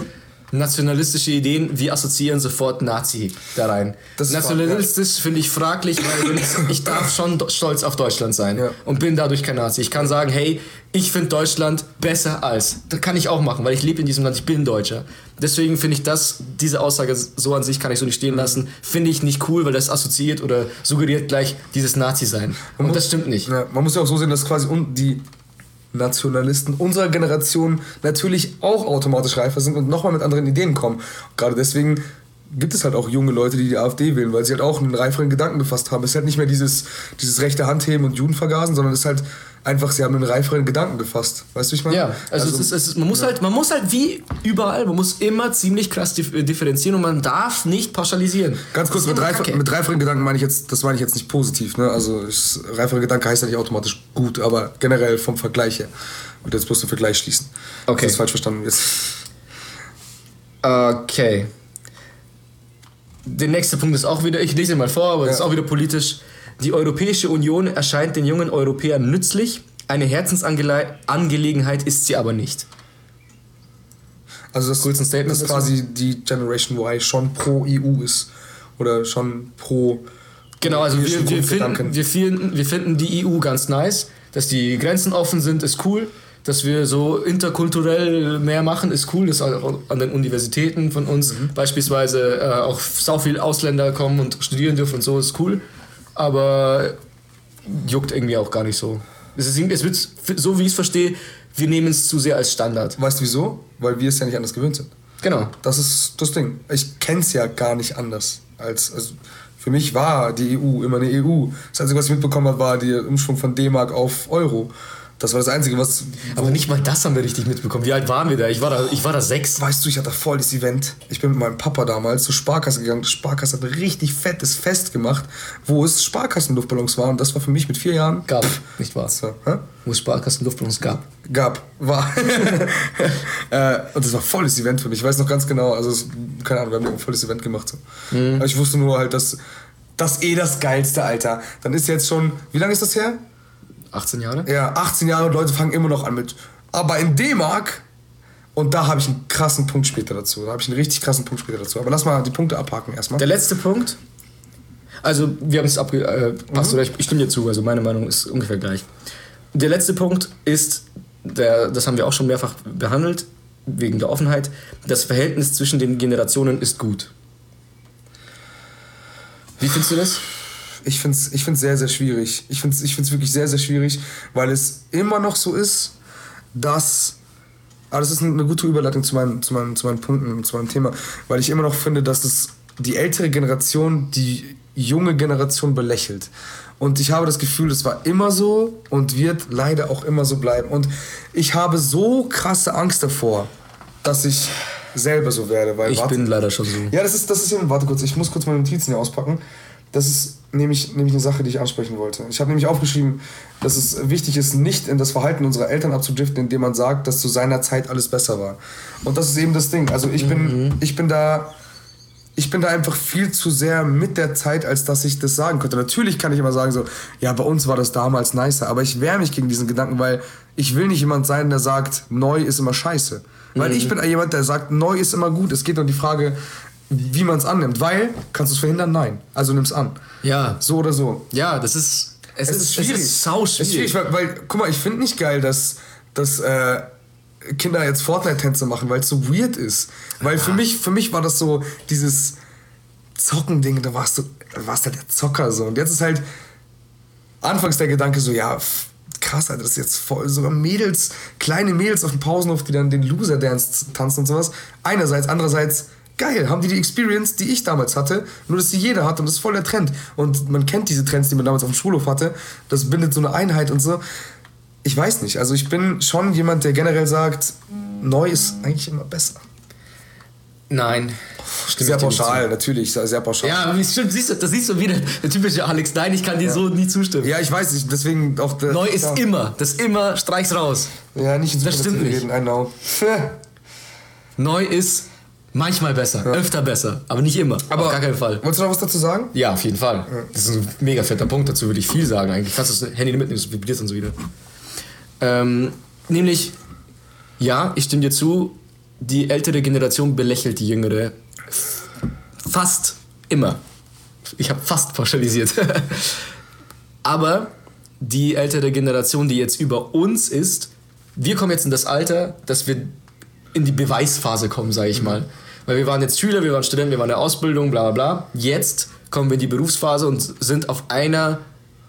nationalistische Ideen, wir assoziieren sofort Nazi da rein. Das ist Nationalistisch ja. finde ich fraglich, weil ich, ich darf schon stolz auf Deutschland sein Ja. und bin dadurch kein Nazi. Ich kann sagen, hey, ich finde Deutschland besser als. Das kann ich auch machen, weil ich lebe in diesem Land, ich bin Deutscher. Deswegen finde ich das, diese Aussage so an sich kann ich so nicht stehen lassen, finde ich nicht cool, weil das assoziiert oder suggeriert gleich dieses Nazi-Sein. Und muss, das stimmt nicht. Ja, man muss ja auch so sehen, dass quasi un- die Nationalisten unserer Generation natürlich auch automatisch reifer sind und nochmal mit anderen Ideen kommen. Gerade deswegen gibt es halt auch junge Leute, die die AfD wählen, weil sie halt auch einen reiferen Gedanken gefasst haben. Es ist halt nicht mehr dieses, dieses rechte Handheben und Juden vergasen, sondern es ist halt einfach, sie haben einen reiferen Gedanken gefasst. Weißt du, wie ich meine? Ja, also, also es ist, es ist, man, muss ja. halt, man muss halt wie überall, man muss immer ziemlich krass differenzieren und man darf nicht pauschalisieren. Ganz kurz, mit, reif, mit reiferen Gedanken meine ich jetzt, das meine ich jetzt nicht positiv. Ne? Also ich, reifere Gedanke heißt ja nicht automatisch gut, aber generell vom Vergleich her. Und jetzt musst du einen Vergleich schließen. Okay. Das ist falsch verstanden jetzt. Okay. Der nächste Punkt ist auch wieder, ich lese ihn mal vor, aber ja. das ist auch wieder politisch. Die Europäische Union erscheint den jungen Europäern nützlich, eine Herzensangelegenheit ist sie aber nicht. Also das, Kurz ein Statement das quasi die Generation Y schon pro E U ist. Oder schon pro... Genau, also wir, wir, finden, wir, finden, wir finden die E U ganz nice, dass die Grenzen offen sind, ist cool. Dass wir so interkulturell mehr machen, ist cool. Das auch an den Universitäten von uns mhm. beispielsweise äh, auch so viele Ausländer kommen und studieren dürfen und so, ist cool. Aber juckt irgendwie auch gar nicht so. Es, ist, es wird, so wie ich es verstehe, wir nehmen es zu sehr als Standard. Weißt du wieso? Weil wir es ja nicht anders gewöhnt sind. Genau. Das ist das Ding. Ich kenne es ja gar nicht anders. Als, also für mich war die E U immer eine E U. Das Einzige, was ich mitbekommen habe, war der Umschwung von D-Mark auf Euro. Das war das Einzige, was... Aber nicht mal das haben wir richtig mitbekommen. Wie alt waren wir da? Ich war da, ich war da sechs. Weißt du, ich hatte voll das Event. Ich bin mit meinem Papa damals zur Sparkasse gegangen. Die Sparkasse hat ein richtig fettes Fest gemacht, wo es Sparkassenluftballons waren. Und das war für mich mit vier Jahren... Gab, nicht wahr? So, hä? Wo es Sparkassenluftballons gab. Gab, war. äh, und das war voll das Event für mich. Ich weiß noch ganz genau, also es, keine Ahnung, wir haben ein volles Event gemacht. So. Mhm. Aber ich wusste nur halt, dass das eh das Geilste, Alter. Dann ist jetzt schon... Wie lange ist das her? achtzehn Jahre? Ja, achtzehn Jahre und Leute fangen immer noch an mit. Aber in D-Mark, und da habe ich einen krassen Punkt später dazu. Da habe ich einen richtig krassen Punkt später dazu. Aber lass mal die Punkte abhaken erstmal. Der letzte Punkt. Also, wir haben es abge... Äh, passt, mhm. oder ich, ich stimme dir zu, also meine Meinung ist ungefähr gleich. Der letzte Punkt ist, der, das haben wir auch schon mehrfach behandelt, wegen der Offenheit, das Verhältnis zwischen den Generationen ist gut. Wie findest du das? Ich finde es ich find's sehr, sehr schwierig. Ich finde es ich find's wirklich sehr, sehr schwierig, weil es immer noch so ist, dass... Aber das ist eine gute Überleitung zu meinen, zu meinen, zu meinen Punkten, zu meinem Thema, weil ich immer noch finde, dass es die ältere Generation die junge Generation belächelt. Und ich habe das Gefühl, es war immer so und wird leider auch immer so bleiben. Und ich habe so krasse Angst davor, dass ich selber so werde. Weil, ich warte, bin leider schon so. Ja, das ist, das ist eben, warte kurz, ich muss kurz meine Notizen hier auspacken. Das ist nämlich, nämlich eine Sache, die ich ansprechen wollte. Ich habe nämlich aufgeschrieben, dass es wichtig ist, nicht in das Verhalten unserer Eltern abzudriften, indem man sagt, dass zu seiner Zeit alles besser war. Und das ist eben das Ding. Also ich bin, mhm. ich bin da... Ich bin da einfach viel zu sehr mit der Zeit, als dass ich das sagen könnte. Natürlich kann ich immer sagen so, ja, bei uns war das damals nicer, aber ich wehre mich gegen diesen Gedanken, weil ich will nicht jemand sein, der sagt, neu ist immer scheiße. Weil mhm. ich bin jemand, der sagt, neu ist immer gut. Es geht nur um die Frage, wie man es annimmt. Weil, kannst du es verhindern? Nein. Also nimm's an. Ja. So oder so. Ja, das ist... Es, es ist, ist schwierig. Es ist sau schwierig. Es ist schwierig, weil, weil, guck mal, ich finde nicht geil, dass... dass äh, Kinder jetzt Fortnite-Tänze machen, weil es so weird ist. Weil für mich, für mich war das so dieses Zocken-Ding, da warst du warst halt der Zocker so. Und jetzt ist halt anfangs der Gedanke so, ja, krass, Alter, das ist jetzt voll, sogar Mädels, kleine Mädels auf dem Pausenhof, die dann den Loser-Dance tanzen und sowas. Einerseits, andererseits, geil, haben die die Experience, die ich damals hatte, nur dass sie jeder hat und das ist voll der Trend. Und man kennt diese Trends, die man damals auf dem Schulhof hatte, das bindet so eine Einheit und so. Ich weiß nicht, also ich bin schon jemand, der generell sagt, neu ist eigentlich immer besser. Nein. Sehr pauschal, natürlich, sehr pauschal. Ja, aber stimmt, siehst du, das siehst du wieder, der typische Alex, nein, ich kann dir ja. so nie zustimmen. Ja, ich weiß nicht, deswegen auch... Der, neu ist ja. immer, das immer, streich's raus. Ja, nicht in das stimmt nicht. Reden, I know. Neu ist manchmal besser, ja. öfter besser, aber nicht immer, aber auf gar keinen Fall. Wolltest du noch was dazu sagen? Ja, auf jeden Fall. Ja. Das ist ein mega fetter Punkt, dazu würde ich viel sagen eigentlich. Kannst du das Handy mitnehmen, das vibriert dann so wieder. Ähm, nämlich, ja, ich stimme dir zu, die ältere Generation belächelt die jüngere fast immer. Ich habe fast pauschalisiert. Aber die ältere Generation, die jetzt über uns ist, wir kommen jetzt in das Alter, dass wir in die Beweisphase kommen, sage ich mal. Weil wir waren jetzt Schüler, wir waren Studenten, wir waren in der Ausbildung, bla bla bla. Jetzt kommen wir in die Berufsphase und sind auf einer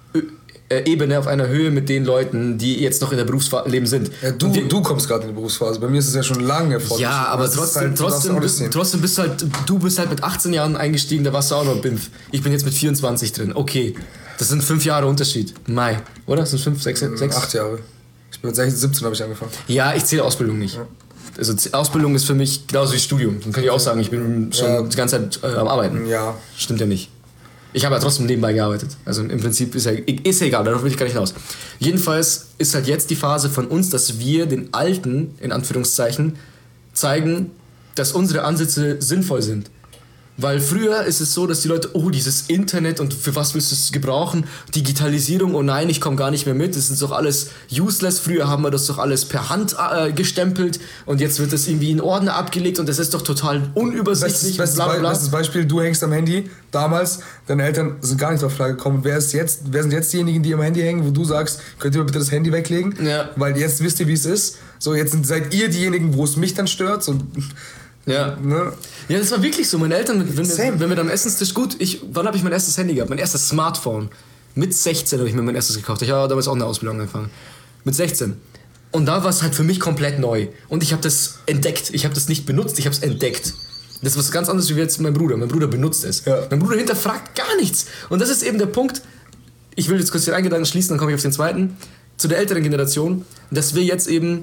Ebene, auf einer Höhe mit den Leuten, die jetzt noch in der Berufsleben sind. Ja, du, wir, du kommst gerade in die Berufsphase. Bei mir ist es ja schon lange vor. Ja, aber trotzdem, halt, trotzdem, bist, trotzdem bist halt, du bist halt mit achtzehn Jahren eingestiegen, da warst du auch noch B I M F. Ich bin jetzt mit vierundzwanzig drin. Okay, das sind fünf Jahre Unterschied. Mai, oder? Das sind fünf, sechs, sechs? Acht Jahre. Ich bin mit siebzehn habe ich angefangen. Ja, ich zähle Ausbildung nicht. Ja. Also Ausbildung ist für mich genauso wie Studium. Dann kann ich auch sagen, ich bin schon ja. die ganze Zeit äh, am Arbeiten. Ja. Stimmt ja nicht. Ich habe ja trotzdem nebenbei gearbeitet. Also im Prinzip ist ja, ist ja egal, darauf will ich gar nicht hinaus. Jedenfalls ist halt jetzt die Phase von uns, dass wir den Alten, in Anführungszeichen, zeigen, dass unsere Ansätze sinnvoll sind. Weil früher ist es so, dass die Leute, oh, dieses Internet und für was willst du es gebrauchen? Digitalisierung, oh nein, ich komme gar nicht mehr mit, das ist doch alles useless. Früher haben wir das doch alles per Hand äh, gestempelt und jetzt wird das irgendwie in Ordner abgelegt und das ist doch total unübersichtlich. Bestes, bla, bla, bla. bestes Beispiel, du hängst am Handy, damals, deine Eltern sind gar nicht auf Frage gekommen. Wer, ist jetzt, wer sind jetzt diejenigen, die am Handy hängen, wo du sagst, könnt ihr mal bitte das Handy weglegen? Ja. Weil jetzt wisst ihr, wie es ist. So, jetzt seid ihr diejenigen, wo es mich dann stört. So. Ja. Ne? Ja, das war wirklich so. Meine Eltern, wenn wir, wenn wir am Essenstisch, gut, ich, wann habe ich mein erstes Handy gehabt? Mein erstes Smartphone. Mit sechzehn habe ich mir mein erstes gekauft. Ich habe damals auch eine Ausbildung angefangen. Mit sechzehn. Und da war es halt für mich komplett neu. Und ich habe das entdeckt. Ich habe das nicht benutzt, ich habe es entdeckt. Das ist was ganz anderes wie jetzt mein Bruder. Mein Bruder benutzt es. Ja. Mein Bruder hinterfragt gar nichts. Und das ist eben der Punkt. Ich will jetzt kurz den einen Gedanken schließen, dann komme ich auf den zweiten. Zu der älteren Generation, dass wir jetzt eben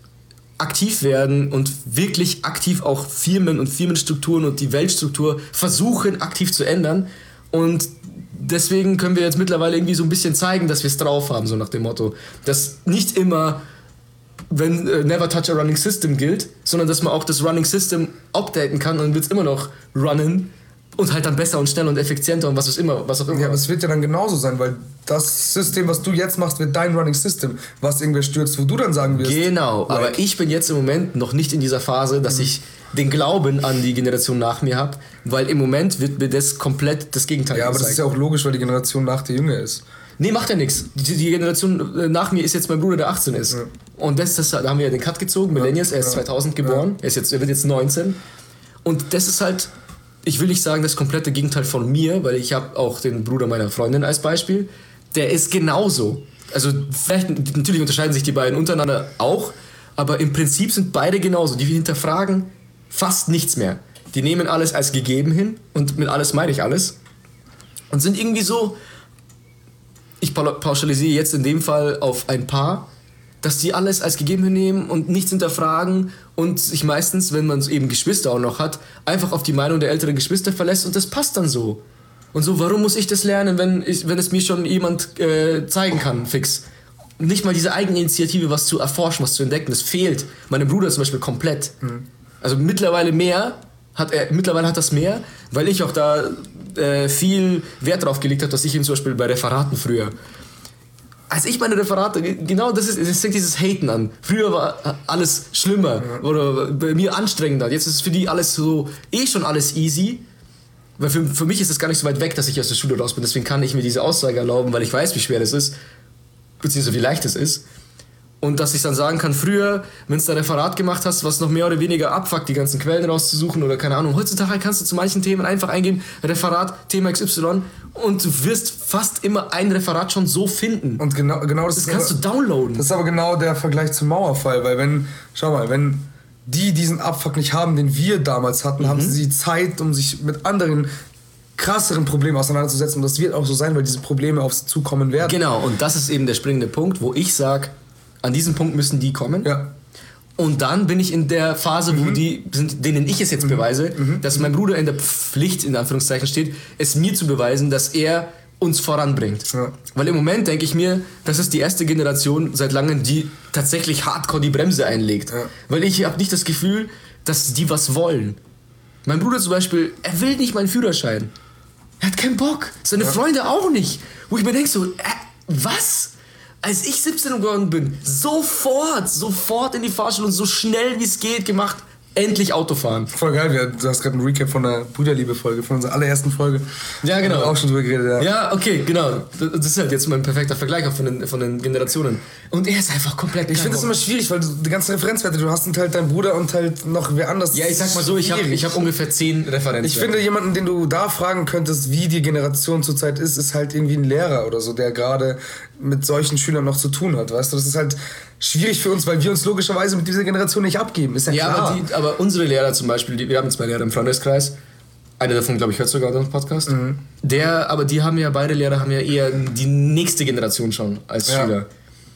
aktiv werden und wirklich aktiv auch Firmen und Firmenstrukturen und die Weltstruktur versuchen aktiv zu ändern und deswegen können wir jetzt mittlerweile irgendwie so ein bisschen zeigen, dass wir es drauf haben, so nach dem Motto, dass nicht immer wenn äh, Never Touch a Running System gilt, sondern dass man auch das Running System updaten kann und dann wird es immer noch runnen und halt dann besser und schneller und effizienter und was auch immer. Was auch immer. Ja, aber es wird ja dann genauso sein, weil das System, was du jetzt machst, wird dein Running System, was irgendwer stürzt, wo du dann sagen wirst. Genau, like. Aber ich bin jetzt im Moment noch nicht in dieser Phase, dass mhm. ich den Glauben an die Generation nach mir habe, weil im Moment wird mir das komplett das Gegenteil Ja, aber gezeigt. Das ist ja auch logisch, weil die Generation nach dir jünger ist. Nee, macht ja nichts. Die, die Generation nach mir ist jetzt mein Bruder, der achtzehn ist. Ja. Und das, das, da haben wir ja den Cut gezogen, Millennials, er ist ja. zweitausend geboren, ja. er, ist jetzt, er wird jetzt neunzehn. Und das ist halt, ich will nicht sagen, das komplette Gegenteil von mir, weil ich habe auch den Bruder meiner Freundin als Beispiel. Der ist genauso. Also vielleicht, natürlich unterscheiden sich die beiden untereinander auch, aber im Prinzip sind beide genauso. Die hinterfragen fast nichts mehr. Die nehmen alles als gegeben hin und mit alles meine ich alles und sind irgendwie so, ich pauschalisiere jetzt in dem Fall auf ein Paar, dass die alles als gegeben hinnehmen und nichts hinterfragen und sich meistens, wenn man eben Geschwister auch noch hat, einfach auf die Meinung der älteren Geschwister verlässt und das passt dann so. Und so, warum muss ich das lernen, wenn, ich, wenn es mir schon jemand äh, zeigen kann, fix? Nicht mal diese Eigeninitiative, was zu erforschen, was zu entdecken, das fehlt. Meinem Bruder zum Beispiel komplett. Mhm. Also mittlerweile mehr, hat er, mittlerweile hat das mehr, weil ich auch da äh, viel Wert drauf gelegt habe, dass ich ihm zum Beispiel bei Referaten früher, als ich meine Referate, genau das ist, das fängt dieses Haten an. Früher war alles schlimmer mhm. oder bei mir anstrengender. Jetzt ist es für die alles so, eh schon alles easy. Weil für, für mich ist es gar nicht so weit weg, dass ich aus der Schule raus bin. Deswegen kann ich mir diese Aussage erlauben, weil ich weiß, wie schwer das ist, beziehungsweise wie leicht es ist. Und dass ich dann sagen kann, früher, wenn du ein Referat gemacht hast, was noch mehr oder weniger abfuckt, die ganzen Quellen rauszusuchen oder keine Ahnung. Heutzutage kannst du zu manchen Themen einfach eingeben, Referat, Thema X Y und du wirst fast immer ein Referat schon so finden. Und genau, genau das, das kannst aber, du downloaden. Das ist aber genau der Vergleich zum Mauerfall, weil wenn, schau mal, wenn die diesen Abfuck nicht haben, den wir damals hatten, mhm. haben sie Zeit, um sich mit anderen krasseren Problemen auseinanderzusetzen und das wird auch so sein, weil diese Probleme auf sie zukommen werden. Genau, und das ist eben der springende Punkt, wo ich sage, an diesem Punkt müssen die kommen. Ja. Und dann bin ich in der Phase, mhm. wo die sind, denen ich es jetzt mhm. beweise, mhm. dass mein Bruder in der Pflicht, in Anführungszeichen steht, es mir zu beweisen, dass er uns voranbringt. Ja. Weil im Moment denke ich mir, das ist die erste Generation seit langem, die tatsächlich hardcore die Bremse einlegt. Ja. Weil ich habe nicht das Gefühl, dass die was wollen. Mein Bruder zum Beispiel, er will nicht meinen Führerschein. Er hat keinen Bock. Seine ja. Freunde auch nicht. Wo ich mir denke so, äh, was? Als ich siebzehn geworden bin, sofort, sofort in die Fahrschule und so schnell wie es geht gemacht, endlich Auto fahren. Voll geil, wir, du hast gerade einen Recap von der Brüderliebe-Folge, von unserer allerersten Folge. Ja, genau. Haben wir auch schon drüber geredet, ja. Ja, okay, genau. Das ist halt jetzt mein perfekter Vergleich auch von den, von den Generationen. Und er ist einfach komplett... Ich finde das immer schwierig, weil du die ganzen Referenzwerte, du hast halt deinen Bruder und halt noch wer anders. Ja, ich sag mal so, ich habe ich hab ungefähr zehn Referenzen. Ich finde, jemanden, den du da fragen könntest, wie die Generation zurzeit ist, ist halt irgendwie ein Lehrer oder so, der gerade mit solchen Schülern noch zu tun hat, weißt du? Das ist halt schwierig für uns, weil wir uns logischerweise mit dieser Generation nicht abgeben, ist ja, ja klar. Aber, die, aber unsere Lehrer zum Beispiel, die, wir haben zwei Lehrer im Freundeskreis, einer davon, glaube ich, hört sogar unseren Podcast, mhm. der, aber die haben ja, beide Lehrer haben ja eher die nächste Generation schon als ja. Schüler.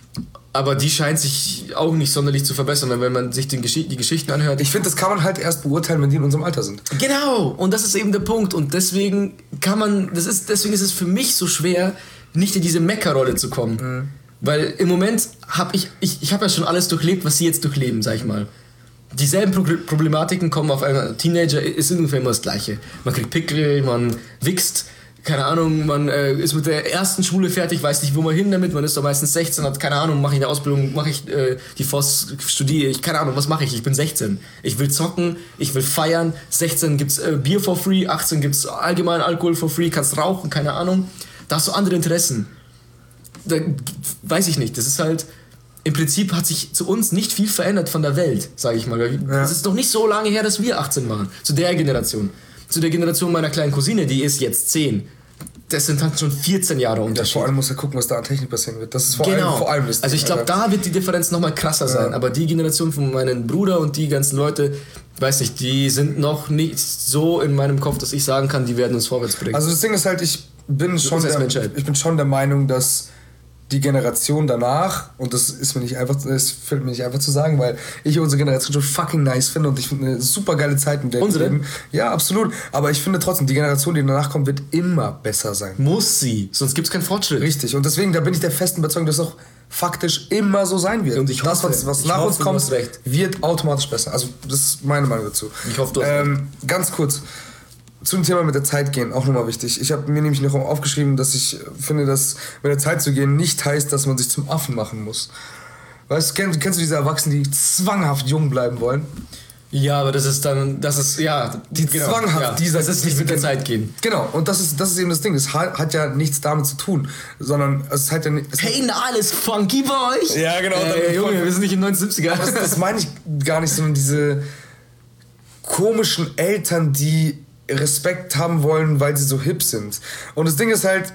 Aber die scheint sich auch nicht sonderlich zu verbessern, wenn man sich den Gesch- die Geschichten anhört. Ich finde, das kann man halt erst beurteilen, wenn die in unserem Alter sind. Genau, und das ist eben der Punkt. Und deswegen kann man, das ist, deswegen ist es für mich so schwer, nicht in diese Mecker-Rolle zu kommen. Mhm. Weil im Moment habe ich, ich, ich habe ja schon alles durchlebt, was sie jetzt durchleben, sag ich mal. Dieselben Pro- Problematiken kommen auf einen Teenager, ist ungefähr immer das Gleiche. Man kriegt Pickel, man wächst, keine Ahnung, man äh, ist mit der ersten Schule fertig, weiß nicht, wo man hin damit, man ist doch meistens sechzehn, hat keine Ahnung, mache ich eine Ausbildung, mache ich äh, die F O S, studiere ich, keine Ahnung, was mache ich, ich bin sechzehn. Ich will zocken, ich will feiern, sechzehn gibt's äh, Bier for free, achtzehn gibt's allgemein Alkohol for free, kannst rauchen, keine Ahnung. Da hast du andere Interessen. Da, weiß ich nicht, das ist halt, im Prinzip hat sich zu uns nicht viel verändert von der Welt, sage ich mal. Es ja. ist doch nicht so lange her, dass wir achtzehn waren, zu der Generation. Zu der Generation meiner kleinen Cousine, die ist jetzt zehn. Das sind halt schon vierzehn Jahre Unterschied. Ja, vor allem muss er gucken, was da an Technik passieren wird. Das ist vor genau. allem, vor allem das Also ich glaube, da wird die Differenz nochmal krasser ja. sein. Aber die Generation von meinem Bruder und die ganzen Leute, weiß nicht, die sind noch nicht so in meinem Kopf, dass ich sagen kann, die werden uns vorwärts bringen. Also das Ding ist halt, ich bin, schon der, ich bin schon der Meinung, dass die Generation danach, und das ist mir nicht einfach, das fällt mir nicht einfach zu sagen, weil ich unsere Generation schon fucking nice finde und ich finde eine super geile Zeit mit der unsere? Leben. Ja, absolut. Aber ich finde trotzdem, die Generation, die danach kommt, wird immer besser sein. Muss sie, sonst gibt es keinen Fortschritt. Richtig. Und deswegen, da bin ich der festen Überzeugung, dass es auch faktisch immer so sein wird. Und ich hoffe, das, was, was nach hoffe, uns kommt, wird automatisch besser. Also das ist meine Meinung dazu. Ich hoffe, du hast ähm, ganz kurz. Zum Thema mit der Zeit gehen, auch nochmal wichtig. Ich habe mir nämlich noch aufgeschrieben, dass ich finde, dass mit der Zeit zu gehen nicht heißt, dass man sich zum Affen machen muss. Weißt du, kennst, kennst du diese Erwachsenen, die zwanghaft jung bleiben wollen? Ja, aber das ist dann, das ist, ja... Die genau, zwanghaft ja, dieser... Das ist nicht mit der Zeit gehen. Genau, und das ist, das ist eben das Ding. Das hat, hat ja nichts damit zu tun, sondern es hat ja nicht... Hey, na, alles funky bei euch? Ja, genau. Äh, Junge, wir sind nicht in den neunzehnhundertsiebziger. Das, das meine ich gar nicht, sondern diese komischen Eltern, die Respekt haben wollen, weil sie so hip sind. Und das Ding ist halt,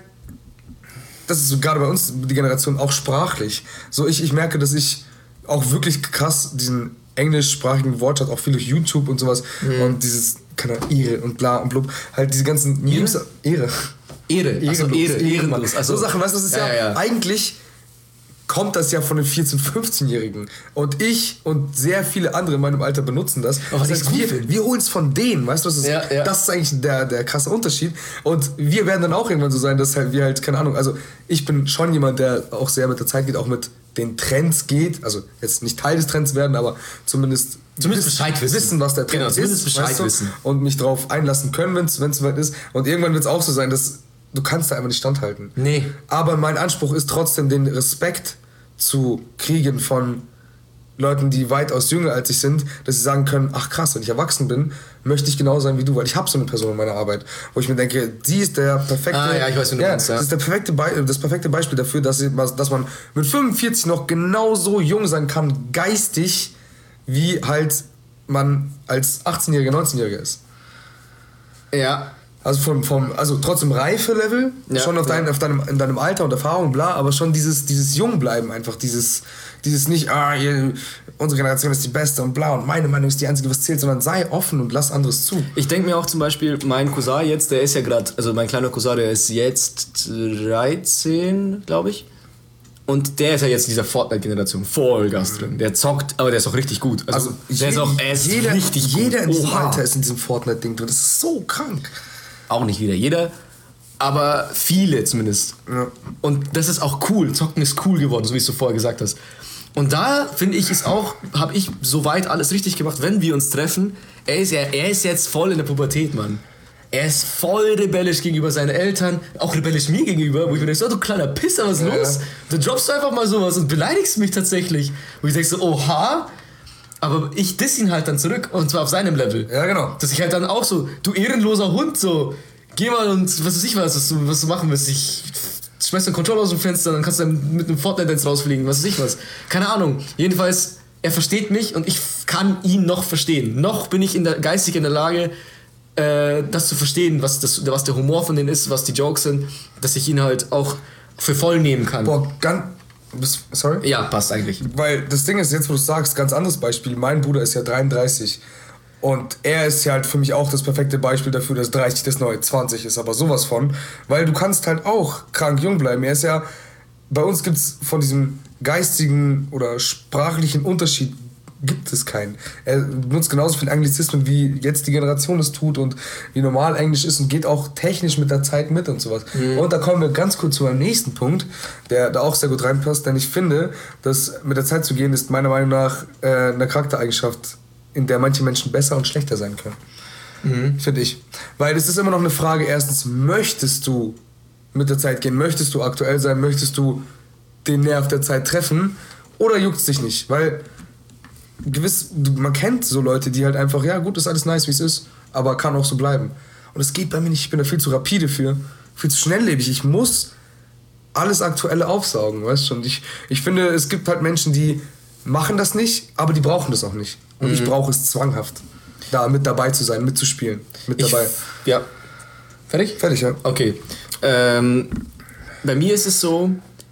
das ist so gerade bei uns die Generation auch sprachlich. So ich, ich merke, dass ich auch wirklich krass diesen englischsprachigen Wortschatz, auch viel durch YouTube und sowas mhm. und dieses, keine Ahnung, Ehre und bla und blub, halt diese ganzen Memes, Ehre. Ehre, Ehre, also Ehre, Ehrenlos. Also, so Sachen, weißt du, das ist ja, ja, ja eigentlich kommt das ja von den vierzehn-, fünfzehnjährigen. Und ich und sehr viele andere in meinem Alter benutzen das. Oh, was das heißt, wir, wir holen es von denen, weißt du? Das ist, ja, ja. das ist eigentlich der, der krasse Unterschied. Und wir werden dann auch irgendwann so sein, dass halt wir halt, keine Ahnung, also ich bin schon jemand, der auch sehr mit der Zeit geht, auch mit den Trends geht. Also jetzt nicht Teil des Trends werden, aber zumindest, zumindest Bescheid wissen. wissen, was der Trend genau, ist. Zumindest Bescheid weißt du? wissen. Und mich darauf einlassen können, wenn es soweit ist. Und irgendwann wird es auch so sein, dass du kannst da einfach nicht standhalten. Nee. Aber mein Anspruch ist trotzdem, den Respekt zu kriegen von Leuten, die weitaus jünger als ich sind, dass sie sagen können, ach krass, wenn ich erwachsen bin, möchte ich genau sein wie du, weil ich habe so eine Person in meiner Arbeit, wo ich mir denke, die ist der perfekte, ah, ja, ich weiß, wie du ja, meinst, ja. das ist der perfekte Be- das perfekte Beispiel dafür, dass, sie, dass man mit fünfundvierzig noch genauso jung sein kann, geistig, wie halt man als achtzehnjähriger, neunzehnjähriger ist. Ja. Also vom, vom also trotzdem Reife-Level, ja, schon auf, dein, ja. auf deinem, in deinem Alter und Erfahrung, bla, aber schon dieses, dieses Jungbleiben einfach, dieses, dieses nicht, ah, ihr, unsere Generation ist die beste und bla und meine Meinung ist die einzige, was zählt, sondern sei offen und lass anderes zu. Ich denke mir auch zum Beispiel, mein Cousin jetzt, der ist ja gerade, also mein kleiner Cousin, der ist jetzt dreizehn, glaube ich. Und der ist ja jetzt in dieser Fortnite-Generation Vollgas drin. Der zockt, aber der ist auch richtig gut. Also, also der je, ist auch er ist jeder, richtig jeder gut. Jeder in diesem Oha. Alter ist in diesem Fortnite-Ding drin. Das ist so krank. Auch nicht wieder jeder, aber viele zumindest. Ja. Und das ist auch cool. Zocken ist cool geworden, so wie du vorher gesagt hast. Und da finde ich es auch, habe ich soweit alles richtig gemacht, wenn wir uns treffen. Er ist ja, er ist jetzt voll in der Pubertät, Mann. Er ist voll rebellisch gegenüber seinen Eltern, auch rebellisch mir gegenüber, wo ich mir denke, so, du kleiner Pisser, was ist ja, los? Ja. Du droppst einfach mal sowas und beleidigst mich tatsächlich. Wo ich denke so, oha. Aber ich diss ihn halt dann zurück und zwar auf seinem Level. Ja, genau. Dass ich halt dann auch so, du ehrenloser Hund, so, geh mal und was weiß ich was, was du, was du machen willst. Ich schmeiß den Controller aus dem Fenster, dann kannst du dann mit einem Fortnite-Dance rausfliegen, was weiß ich was. Keine Ahnung. Jedenfalls, er versteht mich und ich kann ihn noch verstehen. Noch bin ich in der, geistig in der Lage, äh, das zu verstehen, was, das, was der Humor von denen ist, was die Jokes sind, dass ich ihn halt auch für voll nehmen kann. Boah, ganz... Sorry? Ja, passt eigentlich. Weil das Ding ist, jetzt wo du sagst, ganz anderes Beispiel. Mein Bruder ist ja dreiunddreißig. Und er ist ja halt für mich auch das perfekte Beispiel dafür, dass dreißig das neue zwanzig ist. Aber sowas von. Weil du kannst halt auch krank jung bleiben. Er ist ja... Bei uns gibt es von diesem geistigen oder sprachlichen Unterschied gibt es keinen. Er benutzt genauso viel Anglizismen, wie jetzt die Generation es tut und wie normal Englisch ist und geht auch technisch mit der Zeit mit und sowas. Mhm. Und da kommen wir ganz kurz zu einem nächsten Punkt, der da auch sehr gut reinpasst, denn ich finde, dass mit der Zeit zu gehen ist meiner Meinung nach äh, eine Charaktereigenschaft, in der manche Menschen besser und schlechter sein können. Mhm. Finde ich. Weil es ist immer noch eine Frage, erstens, möchtest du mit der Zeit gehen, möchtest du aktuell sein, möchtest du den Nerv der Zeit treffen oder juckt es dich nicht? Weil gewiss, man kennt so Leute, die halt einfach, ja gut, ist alles nice, wie es ist, aber kann auch so bleiben. Und es geht bei mir nicht, ich bin da viel zu rapide für, viel zu schnelllebig. Ich muss alles Aktuelle aufsaugen, weißt du? Und ich, ich finde, es gibt halt Menschen, die machen das nicht, aber die brauchen das auch nicht. Und mhm. ich brauche es zwanghaft, da mit dabei zu sein, mitzuspielen, mit dabei. Ich, ja. Fertig? Fertig, ja. Okay. Ähm, bei mir ist es so,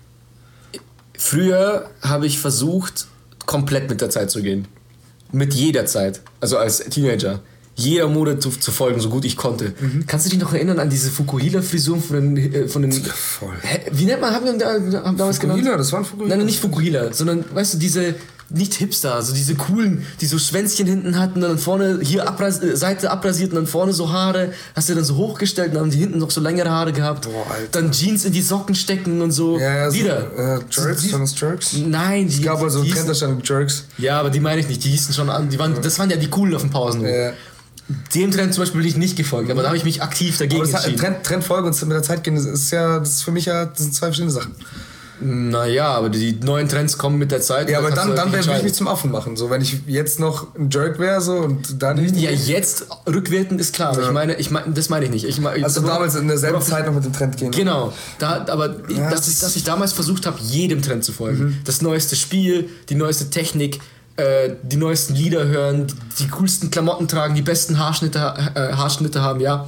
früher habe ich versucht, komplett mit der Zeit zu gehen. Mit jeder Zeit. Also als Teenager. Jeder Mode zu, zu folgen, so gut ich konnte. Mhm. Kannst du dich noch erinnern an diese Fukuhila-Frisuren von den... Äh, von den Voll. Hä, wie nennt man, haben wir da, haben damals genannt? Fukuhila, das waren Fukuhila. Nein, nicht Fukuhila, sondern, weißt du, diese... Nicht Hipster, also diese coolen, die so Schwänzchen hinten hatten, dann vorne hier abras Seite abrasiert und dann vorne so Haare, hast du dann so hochgestellt und dann haben die hinten noch so längere Haare gehabt. Boah, Alter. Dann Jeans in die Socken stecken und so. Ja, ja, wieder. So, äh, Jerks, so, waren das Jerks? Nein, die. Es gab also einen Trend mit Jerks. Ja, aber die meine ich nicht, die hießen schon an, die waren, das waren ja die coolen auf dem Pausenhof. Ja. Dem Trend zum Beispiel bin ich nicht gefolgt, aber da habe ich mich aktiv dagegen aber das entschieden. Trend, Trendfolge und mit der Zeit gehen, das ist ja, das ist für mich ja, das sind zwei verschiedene Sachen. Naja, aber die neuen Trends kommen mit der Zeit. Ja, aber dann, dann würde ich mich zum Affen machen. So, wenn ich jetzt noch ein Jerk wäre so, und dann nicht. Ja, jetzt rückwirkend ist klar. Aber ja. ich meine, ich meine, das meine ich nicht. Ich meine, also damals in derselben Zeit noch mit dem Trend gehen. Genau. Da, aber ja, dass, ich, dass ich damals versucht habe, jedem Trend zu folgen. Mhm. Das neueste Spiel, die neueste Technik, äh, die neuesten Lieder hören, die, die coolsten Klamotten tragen, die besten Haarschnitte, äh, Haarschnitte haben, ja.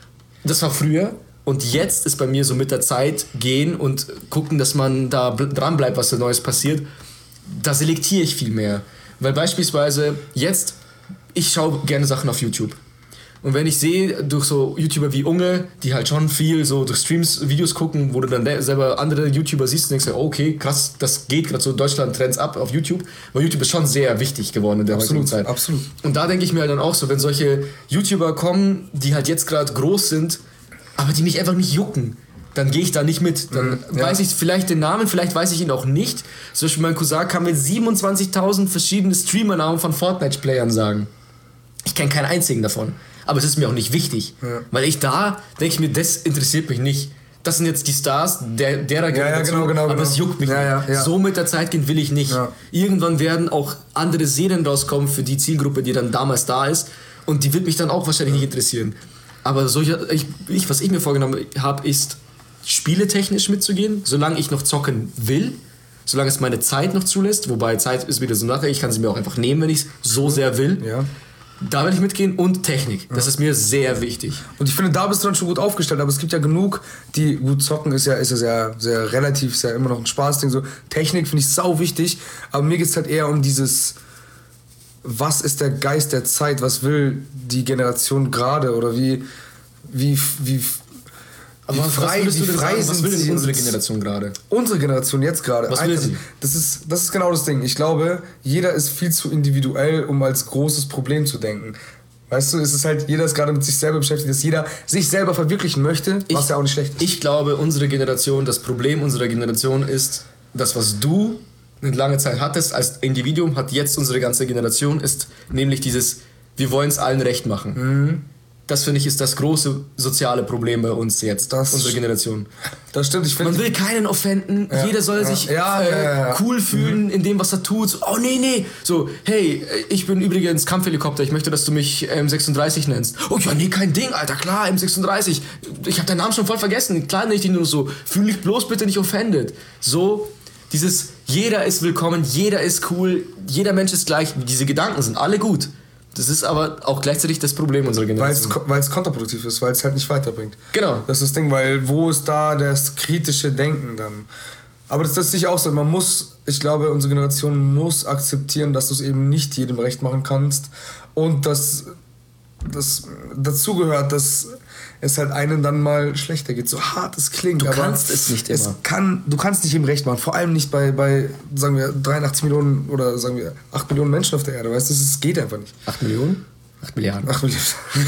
Das war früher. Und jetzt ist bei mir so mit der Zeit gehen und gucken, dass man da dran bleibt, was da Neues passiert. Da selektiere ich viel mehr. Weil beispielsweise jetzt, ich schaue gerne Sachen auf YouTube. Und wenn ich sehe, durch so YouTuber wie Unge, die halt schon viel so durch Streams Videos gucken, wo du dann selber andere YouTuber siehst und denkst, oh, okay, krass, das geht gerade so Deutschland-Trends ab auf YouTube. Weil YouTube ist schon sehr wichtig geworden in der absolut, heutigen Zeit. Absolut. Und da denke ich mir halt dann auch so, wenn solche YouTuber kommen, die halt jetzt gerade groß sind, aber die mich einfach nicht jucken, dann gehe ich da nicht mit. Dann mhm, ja. weiß ich vielleicht den Namen, vielleicht weiß ich ihn auch nicht. Zum Beispiel mein Cousin kann mir siebenundzwanzigtausend verschiedene Streamer-Namen von Fortnite-Playern sagen. Ich kenne keinen einzigen davon. Aber es ist mir auch nicht wichtig. Ja. Weil ich da denke ich mir, das interessiert mich nicht. Das sind jetzt die Stars der, derer ja, ja, genau, genau, aber genau. es juckt mich ja, nicht. Ja, ja. So mit der Zeit gehen will ich nicht. Ja. Irgendwann werden auch andere Serien rauskommen für die Zielgruppe, die dann damals da ist. Und die wird mich dann auch wahrscheinlich nicht interessieren. Aber solche, ich, ich, was ich mir vorgenommen habe, ist, spieletechnisch mitzugehen, solange ich noch zocken will, solange es meine Zeit noch zulässt, wobei Zeit ist wieder so nachher, ich kann sie mir auch einfach nehmen, wenn ich es so sehr will. Ja. Da will ich mitgehen und Technik, das ist mir sehr wichtig. Und ich finde, da bist du dann schon gut aufgestellt, aber es gibt ja genug, die gut zocken, ist ja, ist ja sehr, sehr relativ, ist ja immer noch ein Spaßding, so Technik finde ich sau wichtig, aber mir geht es halt eher um dieses... Was ist der Geist der Zeit? Was will die Generation gerade? Oder wie, wie, wie, Aber wie frei, was wie frei sind was will denn unsere Generation gerade? Unsere Generation jetzt gerade. Was will sie? Das ist, das ist genau das Ding. Ich glaube, jeder ist viel zu individuell, um als großes Problem zu denken. Weißt du, es ist halt, jeder ist gerade mit sich selber beschäftigt, dass jeder sich selber verwirklichen möchte, was ich, ja auch nicht schlecht ist. Ich glaube, unsere Generation, das Problem unserer Generation ist, das, was du eine lange Zeit hattest als Individuum, hat jetzt unsere ganze Generation, ist nämlich dieses, wir wollen es allen recht machen. Mhm. das finde ich ist das große soziale Problem bei uns jetzt, das unsere Generation. Das stimmt, ich finde... Man will keinen offenden, ja, jeder soll ja, sich ja, äh, ja, ja, ja. cool fühlen mhm. in dem, was er tut. So, oh nee, nee, so, hey, ich bin übrigens Kampfhelikopter, ich möchte, dass du mich M sechsunddreißig nennst. Oh ja, nee, kein Ding, Alter, klar, M sechsunddreißig. Ich habe deinen Namen schon voll vergessen, klar nenne ich dich nur so. Fühl dich bloß bitte nicht offended. So, dieses, jeder ist willkommen, jeder ist cool, jeder Mensch ist gleich, diese Gedanken sind alle gut. Das ist aber auch gleichzeitig das Problem unserer Generation. Weil es kontraproduktiv ist, weil es halt nicht weiterbringt. Genau. Das ist das Ding, weil wo ist da das kritische Denken dann? Aber das, das ist sicher auch so, man muss, ich glaube, unsere Generation muss akzeptieren, dass du es eben nicht jedem recht machen kannst und dass das dazugehört, dass es halt einem dann mal schlechter geht. So hart es klingt, du aber kannst es nicht es immer. Kann, du kannst nicht jedem recht machen, vor allem nicht bei, bei, sagen wir, dreiundachtzig Millionen oder sagen wir acht Millionen Menschen auf der Erde, weißt du, das geht einfach nicht. acht Millionen? acht Milliarden. acht Milliarden.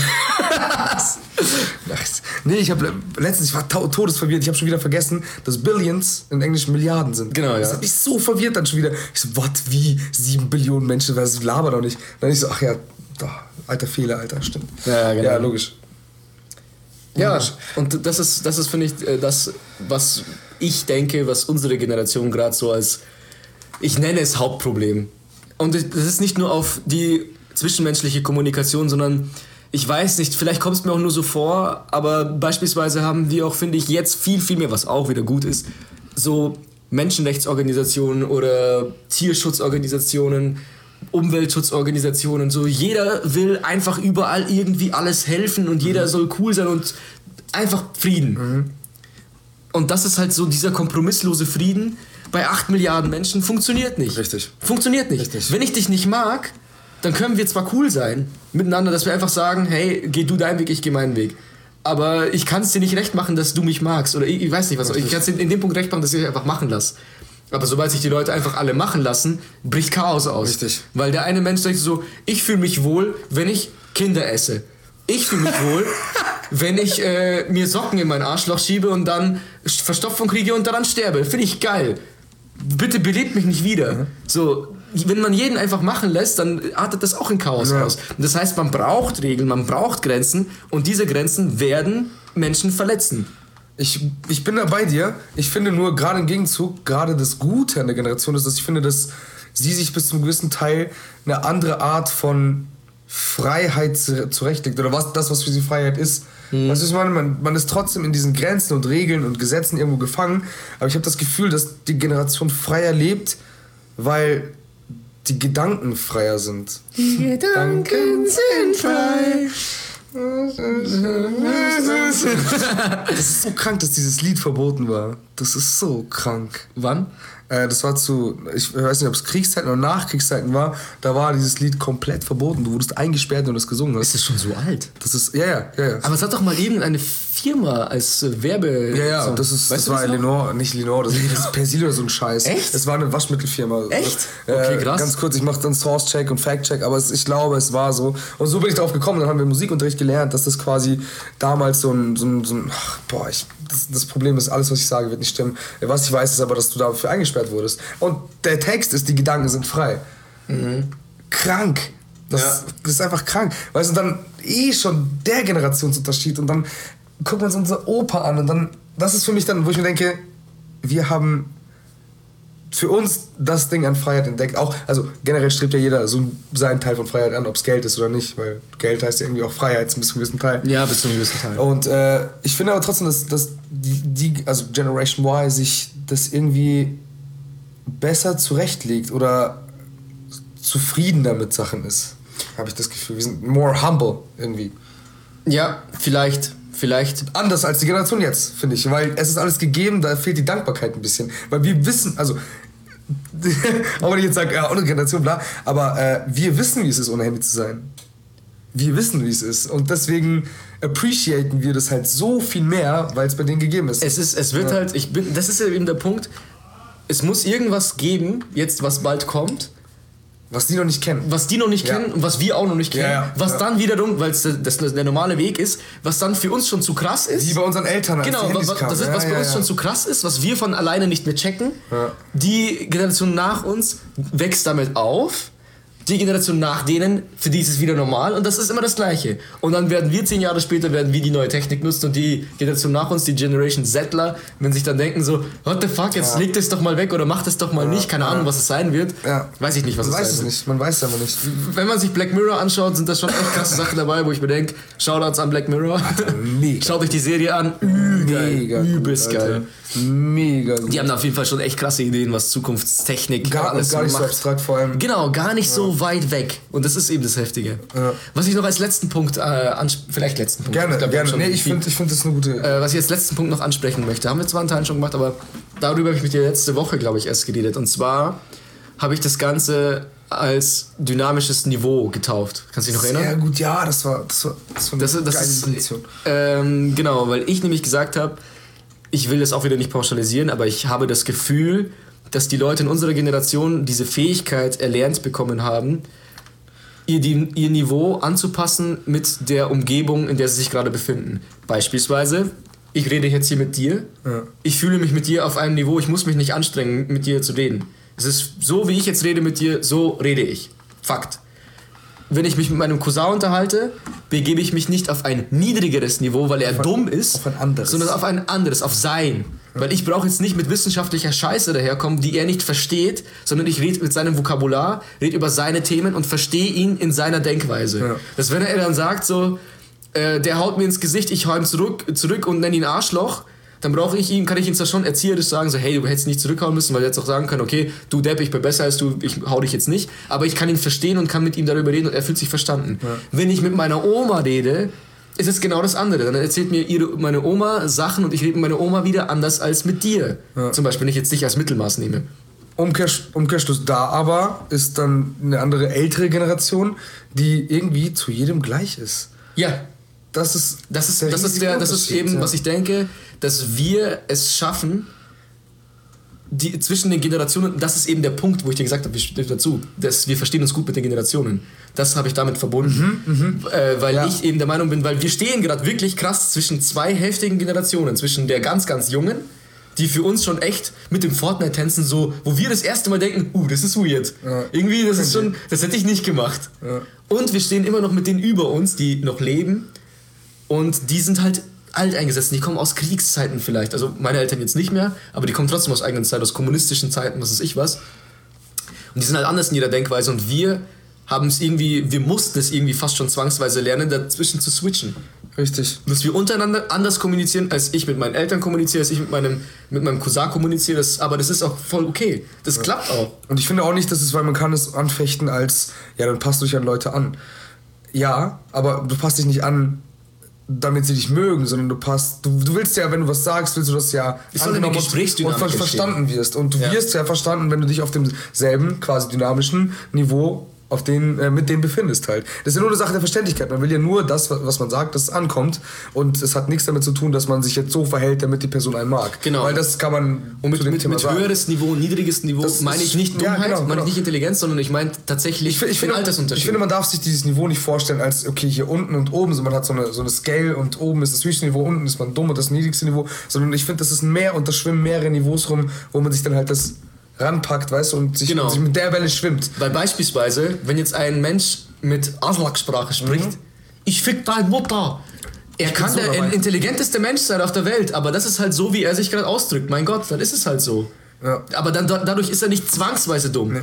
Nee, ich habe letztens, ich war todesverwirrt, ich habe schon wieder vergessen, dass Billions in Englisch Milliarden sind. Genau, ja. Das hat mich so verwirrt dann schon wieder. Ich so, what, wie? sieben Billionen Menschen, das labert doch nicht. Dann ich so, ach ja, da, alter Fehler, alter, stimmt. Ja, genau. Ja, logisch. Ja, und das ist, das ist, finde ich, das, was ich denke, was unsere Generation gerade so als, ich nenne es Hauptproblem. Und das ist nicht nur auf die zwischenmenschliche Kommunikation, sondern ich weiß nicht, vielleicht kommt es mir auch nur so vor, aber beispielsweise haben wir auch, finde ich, jetzt viel, viel mehr, was auch wieder gut ist, so Menschenrechtsorganisationen oder Tierschutzorganisationen, Umweltschutzorganisationen, so jeder will einfach überall irgendwie alles helfen und jeder mhm. soll cool sein und einfach Frieden. Mhm. Und das ist halt so dieser kompromisslose Frieden bei acht Milliarden Menschen funktioniert nicht. Richtig. Funktioniert nicht. Richtig. Wenn ich dich nicht mag, dann können wir zwar cool sein miteinander, dass wir einfach sagen, hey, geh du deinen Weg, ich geh meinen Weg. Aber ich kann es dir nicht recht machen, dass du mich magst. Oder ich, ich weiß nicht was. Richtig. Ich kann es in dem Punkt recht machen, dass ich dich einfach machen lasse. Aber sobald sich die Leute einfach alle machen lassen, bricht Chaos aus. Richtig. Weil der eine Mensch sagt so, ich fühle mich wohl, wenn ich Kinder esse. Ich fühle mich wohl, wenn ich äh, mir Socken in mein Arschloch schiebe und dann Verstopfung kriege und daran sterbe. Finde ich geil. Bitte belebt mich nicht wieder. Mhm. So, wenn man jeden einfach machen lässt, dann artet das auch in Chaos ja. aus. Und das heißt, man braucht Regeln, man braucht Grenzen und diese Grenzen werden Menschen verletzen. Ich, ich bin da bei dir. Ich finde nur, gerade im Gegenzug, gerade das Gute an der Generation ist, dass ich finde, dass sie sich bis zum gewissen Teil eine andere Art von Freiheit zurechtlegt. Oder was, das, was für sie Freiheit ist. Mhm. Also ich meine, man, man ist trotzdem in diesen Grenzen und Regeln und Gesetzen irgendwo gefangen. Aber ich habe das Gefühl, dass die Generation freier lebt, weil die Gedanken freier sind. Die Gedanken sind frei. Das ist so krank, dass dieses Lied verboten war. Das ist so krank. Wann? Äh, das war zu, ich weiß nicht, ob es Kriegszeiten oder Nachkriegszeiten war. Da war dieses Lied komplett verboten. Du wurdest eingesperrt, wenn du das gesungen hast. Ist das schon so alt? Das ist, ja, ja, ja. ja. Aber es hat doch mal irgendeine Firma als äh, Werbe... Ja, ja, das, ist, das war Lenore, nicht Lenore, das ist Persil oder so ein Scheiß. Echt? Es war eine Waschmittelfirma. Echt? Okay, krass. Äh, ganz kurz, ich mache dann Source-Check und Fact-Check, aber es, ich glaube, es war so. Und so bin ich drauf gekommen, dann haben wir Musikunterricht gelernt, dass das quasi damals so ein, so ein, so ein ach, boah, ich, das, das Problem ist, alles, was ich sage, wird nicht stimmen. Was ich weiß, ist aber, dass du dafür eingesperrt wurdest. Und der Text ist, die Gedanken sind frei. Mhm. Krank. Das, ja. das ist einfach krank. Weißt du, dann eh schon der Generationsunterschied und dann guckt man uns unser Opa an und dann, das ist für mich dann, wo ich mir denke, wir haben für uns das Ding an Freiheit entdeckt. Auch, also generell strebt ja jeder so seinen Teil von Freiheit an, ob es Geld ist oder nicht, weil Geld heißt ja irgendwie auch Freiheit bis zu einem gewissen Teil. Ja, bis zu einem gewissen Teil. Und äh, ich finde aber trotzdem, dass, dass die, die, also Generation Y sich das irgendwie besser zurechtlegt oder zufriedener mit Sachen ist, habe ich das Gefühl. Wir sind more humble irgendwie. Ja, vielleicht. Vielleicht. Anders als die Generation jetzt, finde ich. Weil es ist alles gegeben, da fehlt die Dankbarkeit ein bisschen. Weil wir wissen, also, auch wenn ich jetzt sage, ja, unsere Generation, bla, aber äh, wir wissen, wie es ist, ohne Handy zu sein. Wir wissen, wie es ist. Und deswegen appreciaten wir das halt so viel mehr, weil es bei denen gegeben ist. Es ist, es wird ja. halt, ich bin, das ist ja eben der Punkt, es muss irgendwas geben, jetzt was bald kommt, was die noch nicht kennen. Was die noch nicht ja. kennen und was wir auch noch nicht kennen. Ja, ja. Was ja. dann wiederum, weil es das, das der normale Weg ist, was dann für uns schon zu krass ist. Wie bei unseren Eltern. Als genau, was, das ist, was ja, bei uns ja. schon zu krass ist, was wir von alleine nicht mehr checken. Ja. Die Generation nach uns wächst damit auf die Generation nach denen, für die ist es wieder normal und das ist immer das Gleiche. Und dann werden wir zehn Jahre später, werden wir die neue Technik nutzen und die Generation nach uns, die Generation Zettler, wenn sich dann denken so, what the fuck, jetzt ja. leg das doch mal weg oder mach das doch mal ja. nicht, keine ja. Ahnung, was es sein wird. Ja. Weiß ich nicht, was man es weiß sein es wird. nicht, man weiß es aber nicht. Wenn man sich Black Mirror anschaut, sind da schon echt krasse Sachen dabei, wo ich mir denke, Shoutouts an Black Mirror. Mega. Schaut euch die Serie an, mega übelst gut, geil. Mega gut. Die haben da auf jeden Fall schon echt krasse Ideen, was Zukunftstechnik gar, alles gar nicht macht. so abstrakt vor allem. Genau, gar nicht ja. so weit weg. Und das ist eben das Heftige. Ja. Was ich noch als letzten Punkt, äh, ans- vielleicht letzten Punkt. Gerne, ich glaub, gerne. Nee, ich finde ich find das eine gute... Äh, was ich als letzten Punkt noch ansprechen möchte, haben wir zwar einen Teil schon gemacht, aber darüber habe ich mit dir letzte Woche, glaube ich, erst geredet. Und zwar habe ich das Ganze als dynamisches Niveau getauft. Kannst du dich noch erinnern? Sehr gut, ja, das war, das war, das war eine das, das geile ist, Definition. Ähm, genau, weil ich nämlich gesagt habe, ich will das auch wieder nicht pauschalisieren, aber ich habe das Gefühl, dass die Leute in unserer Generation diese Fähigkeit erlernt bekommen haben, ihr, die, ihr Niveau anzupassen mit der Umgebung, in der sie sich gerade befinden. Beispielsweise, ich rede jetzt hier mit dir, ja. ich fühle mich mit dir auf einem Niveau, ich muss mich nicht anstrengen, mit dir zu reden. Es ist so, wie ich jetzt rede mit dir, so rede ich. Fakt. Wenn ich mich mit meinem Cousin unterhalte, begebe ich mich nicht auf ein niedrigeres Niveau, weil er auf dumm ein, ist, auf ein anderes. sondern auf ein anderes, auf sein. Ja. Weil ich brauche jetzt nicht mit wissenschaftlicher Scheiße daherkommen, die er nicht versteht, sondern ich rede mit seinem Vokabular, rede über seine Themen und verstehe ihn in seiner Denkweise. Ja. Dass wenn er dann sagt so, äh, der haut mir ins Gesicht, ich hau ihm zurück, zurück und nenne ihn Arschloch, dann brauche ich ihm, kann ich ihm zwar schon erzieherisch sagen, so hey, du hättest nicht zurückhauen müssen, weil er jetzt auch sagen kann, okay, du Depp, ich bin besser als du, ich hau dich jetzt nicht, aber ich kann ihn verstehen und kann mit ihm darüber reden und er fühlt sich verstanden. Ja. Wenn ich mit meiner Oma rede, ist es genau das andere. Dann erzählt mir ihre, meine Oma Sachen und ich rede mit meiner Oma wieder anders als mit dir. Ja. Zum Beispiel, wenn ich jetzt dich als Mittelmaß nehme. Umkehr, Umkehrschluss da aber ist dann eine andere ältere Generation, die irgendwie zu jedem gleich ist. Ja. Das ist, das ist, das ist, der, das ist eben, ja. was ich denke, dass wir es schaffen, die, zwischen den Generationen, das ist eben der Punkt, wo ich dir gesagt habe, wir stimmen dazu, dass wir verstehen uns gut mit den Generationen. Das habe ich damit verbunden, mhm, äh, weil ja. ich eben der Meinung bin, weil wir stehen gerade wirklich krass zwischen zwei heftigen Generationen, zwischen der ganz, ganz Jungen, die für uns schon echt mit dem Fortnite tanzen, so, wo wir das erste Mal denken, uh, das ist weird. Ja. Irgendwie, das ist schon, das hätte ich nicht gemacht. Ja. Und wir stehen immer noch mit denen über uns, die noch leben. Und die sind halt alt eingesetzt. Die kommen aus Kriegszeiten vielleicht. Also meine Eltern jetzt nicht mehr, aber die kommen trotzdem aus eigenen Zeiten, aus kommunistischen Zeiten, was weiß ich was. Und die sind halt anders in ihrer Denkweise. Und wir haben es irgendwie, wir mussten es irgendwie fast schon zwangsweise lernen, dazwischen zu switchen. Richtig. Dass wir untereinander anders kommunizieren, als ich mit meinen Eltern kommuniziere, als ich mit meinem, mit meinem Cousin kommuniziere. Das, aber das ist auch voll okay. Das ja. klappt auch. Und ich finde auch nicht, dass es, weil man kann es anfechten als, ja, dann passt du dich an Leute an. Ja, aber du passt dich nicht an, damit sie dich mögen, sondern du passt, du, du willst ja, wenn du was sagst, willst du das ja angenommen und, und ver- verstanden wirst. Und du ja. wirst ja verstanden, wenn du dich auf demselben, quasi dynamischen Niveau auf den, äh, mit denen befindest halt. Das ist ja nur eine Sache der Verständlichkeit. Man will ja nur das, was man sagt, dass es ankommt. Und es hat nichts damit zu tun, dass man sich jetzt so verhält, damit die Person einen mag. Genau. Weil das kann man und mit, zu dem mit, Thema mit sagen. höheres Niveau, niedriges Niveau das meine ich nicht Dummheit, ja, genau, meine genau. ich nicht Intelligenz, sondern ich meine tatsächlich ich, ich den finde, Altersunterschied. Ich finde, man darf sich dieses Niveau nicht vorstellen als, okay, hier unten und oben, so man hat so eine, so eine Scale und oben ist das höchste Niveau, unten ist man dumm und das niedrigste Niveau, sondern ich finde, das ist ein Meer und da schwimmen mehrere Niveaus rum, wo man sich dann halt das ranpackt, weißt du, und sich, genau. und sich mit der Welle schwimmt. Weil beispielsweise, wenn jetzt ein Mensch mit Aslak-Sprache spricht, mhm. ich fick deine Mutter. Er ich kann der so intelligenteste Mensch sein auf der Welt, aber das ist halt so, wie er sich gerade ausdrückt. Mein Gott, dann ist es halt so. Ja. Aber dann, dadurch ist er nicht zwangsweise dumm. Nee.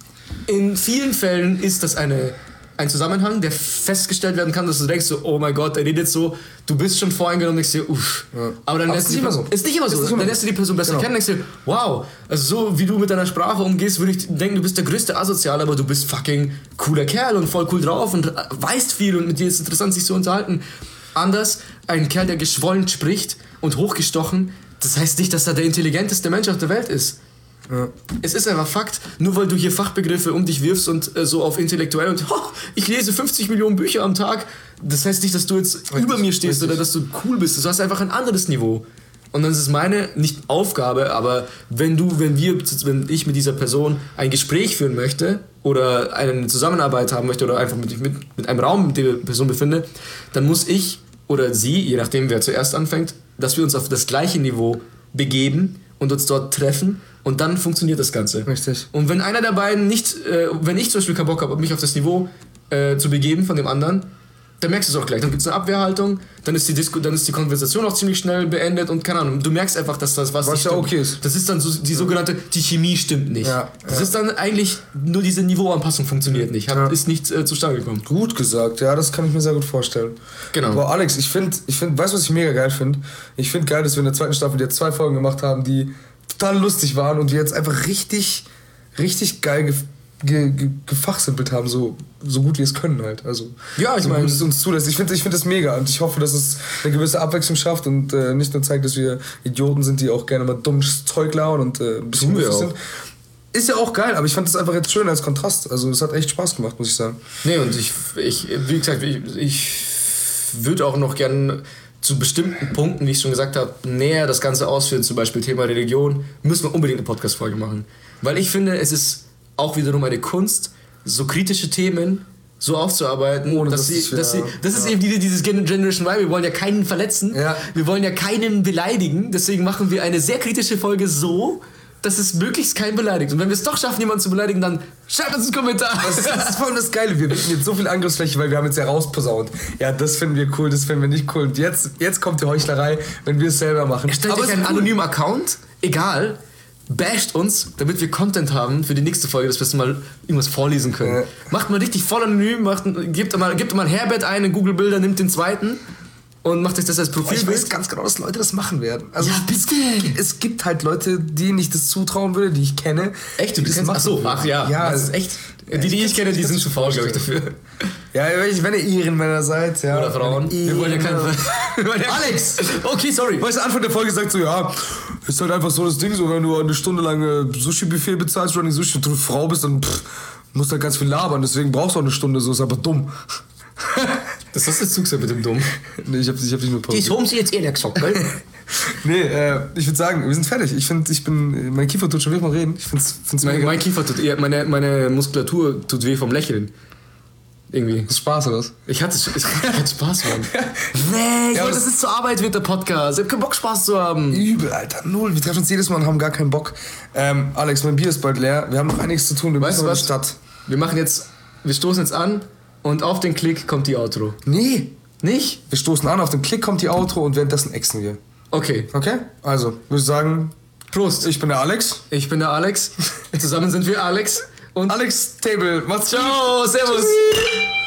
In vielen Fällen ist das eine, ein Zusammenhang, der festgestellt werden kann, dass du denkst so, oh mein Gott, er redet so, du bist schon voreingenommen und denkst dir, uff. Ja. Aber dann lässt du die Person, so. Ist nicht immer so. Nicht immer dann lässt du die Person besser genau. kennen und denkst dir, wow, also so wie du mit deiner Sprache umgehst, würde ich denken, du bist der größte Asozial, aber du bist fucking cooler Kerl und voll cool drauf und weißt viel und mit dir ist es interessant, sich zu unterhalten. Anders, ein Kerl, der geschwollen spricht und hochgestochen, das heißt nicht, dass er der intelligenteste Mensch auf der Welt ist. Ja. Es ist einfach Fakt, nur weil du hier Fachbegriffe um dich wirfst und äh, so auf intellektuell und oh, ich lese fünfzig Millionen Bücher am Tag, das heißt nicht, dass du jetzt richtig, über mir stehst richtig. Oder dass du cool bist, du hast einfach ein anderes Niveau. Und dann ist es meine, nicht Aufgabe, aber wenn du, wenn wir, wenn ich mit dieser Person ein Gespräch führen möchte oder eine Zusammenarbeit haben möchte oder einfach mit, mit, mit einem Raum mit der Person befinde, dann muss ich oder sie, je nachdem wer zuerst anfängt, dass wir uns auf das gleiche Niveau begeben und uns dort treffen und dann funktioniert das Ganze. Richtig. Und wenn einer der beiden nicht, äh, wenn ich zum Beispiel keinen Bock habe, mich auf das Niveau äh, zu begeben von dem anderen, dann merkst du es auch gleich. Dann gibt es eine Abwehrhaltung, dann ist, die Disku- dann ist die Konversation auch ziemlich schnell beendet und keine Ahnung, du merkst einfach, dass das was, Was nicht ja stimmt. okay ist. Das ist dann so die sogenannte, die Chemie stimmt nicht. Ja, das ja. ist dann eigentlich, nur diese Niveauanpassung funktioniert nicht, hat, Ja. ist nicht äh, zustande gekommen. Gut gesagt, ja, das kann ich mir sehr gut vorstellen. Genau. Aber Alex, ich finde, ich find, weißt du, was ich mega geil finde? Ich finde geil, dass wir in der zweiten Staffel jetzt zwei Folgen gemacht haben, die total lustig waren und wir jetzt einfach richtig, richtig geil ge ge ge gefachsimpelt haben, so, so gut wir es können halt. Also, Ja, ich so meine- gut es uns zulässt. Ich finde ich find das mega und ich hoffe, dass es eine gewisse Abwechslung schafft und äh, nicht nur zeigt, dass wir Idioten sind, die auch gerne mal dummes Zeug labern und äh, ein bisschen Tun wir lustig auch. sind. Ist ja auch geil, aber ich fand das einfach jetzt schön als Kontrast. Also es hat echt Spaß gemacht, muss ich sagen. Nee, und ich, ich wie gesagt, ich, ich würde auch noch gern zu bestimmten Punkten, wie ich schon gesagt habe, näher das Ganze ausführen, zum Beispiel Thema Religion, müssen wir unbedingt eine Podcast-Folge machen. Weil ich finde, es ist auch wiederum eine Kunst, so kritische Themen so aufzuarbeiten, Ohne, dass dass sie, es dass sie, ja- das ist ja. eben diese, dieses Gen- Generation Y, wir wollen ja keinen verletzen, Ja. wir wollen ja keinen beleidigen, deswegen machen wir eine sehr kritische Folge so, dass es möglichst keinen beleidigt. Und wenn wir es doch schaffen, jemanden zu beleidigen, dann schreibt uns einen Kommentar. Das ist, das ist vor allem das Geile. Wir bieten jetzt so viel Angriffsfläche, weil wir haben jetzt ja rausposaunt. Ja, das finden wir cool, das finden wir nicht cool. Und jetzt, jetzt kommt die Heuchlerei, wenn wir es selber machen. Stellt Aber euch es einen ist cool. anonymen Account, egal, basht uns, damit wir Content haben für die nächste Folge, dass wir mal irgendwas vorlesen können. Ja. Macht mal richtig voll anonym, macht, gebt, mal, gebt mal Herbert ein in Google Bilder, nimmt den zweiten und macht euch das als Boah, ich Profilbild. weiß ganz genau, dass Leute das machen werden. Also Ja, es, bitte. gibt, es gibt halt Leute, denen ich das zutrauen würde, die ich kenne. Echt? Du die das kennst, machen ach so, würden. ach ja, Ja, das ist echt. Die, die ich kenne, die sind zu faul, glaube ich, dafür. Ja, wenn ihr Ehrenmänner seid, ja. Oder Frauen. Wir wollen ja keinen. Alex! Okay, sorry. Weißt du, Anfang der Folge sagt so, ja, ist halt einfach so das Ding, so wenn du eine Stunde lang äh, Sushi-Buffet bezahlst oder eine Sushi-Frau bist, dann pff, musst du halt ganz viel labern, deswegen brauchst du auch eine Stunde, so ist aber dumm. Das ist das Zugsein mit dem Dumm. Nee, ich hab, ich hab dich nur pausiert. haben sie jetzt ehrlich gesagt, gell? Nee, äh, ich würde sagen, wir sind fertig. Ich finde, ich bin, mein Kiefer tut schon weh vom Reden. Ich find's, find's Mein, mega. mein Kiefer tut, ja, meine, meine Muskulatur tut weh vom Lächeln. Irgendwie. Ist Spaß oder was? Ich hatte, ich, ich hatte Spaß, Mann. Nee, ich Ja, wollte, das- das ist zur Arbeit wird der Podcast. Ich hab keinen Bock, Spaß zu haben. Übel, Alter, null. Wir treffen uns jedes Mal und haben gar keinen Bock. Ähm, Alex, mein Bier ist bald leer. Wir haben noch einiges zu tun. Wir Weißt müssen du in die was? Stadt. Wir machen jetzt, wir stoßen jetzt an und auf den Klick kommt die Outro. Nee, Nicht? wir stoßen an, auf den Klick kommt die Outro und währenddessen exen wir. Okay. Okay? Also, würde ich sagen, Prost. ich bin der Alex. Ich bin der Alex. Zusammen sind wir Alex. Und Alex Table, macht's gut. ciao, servus.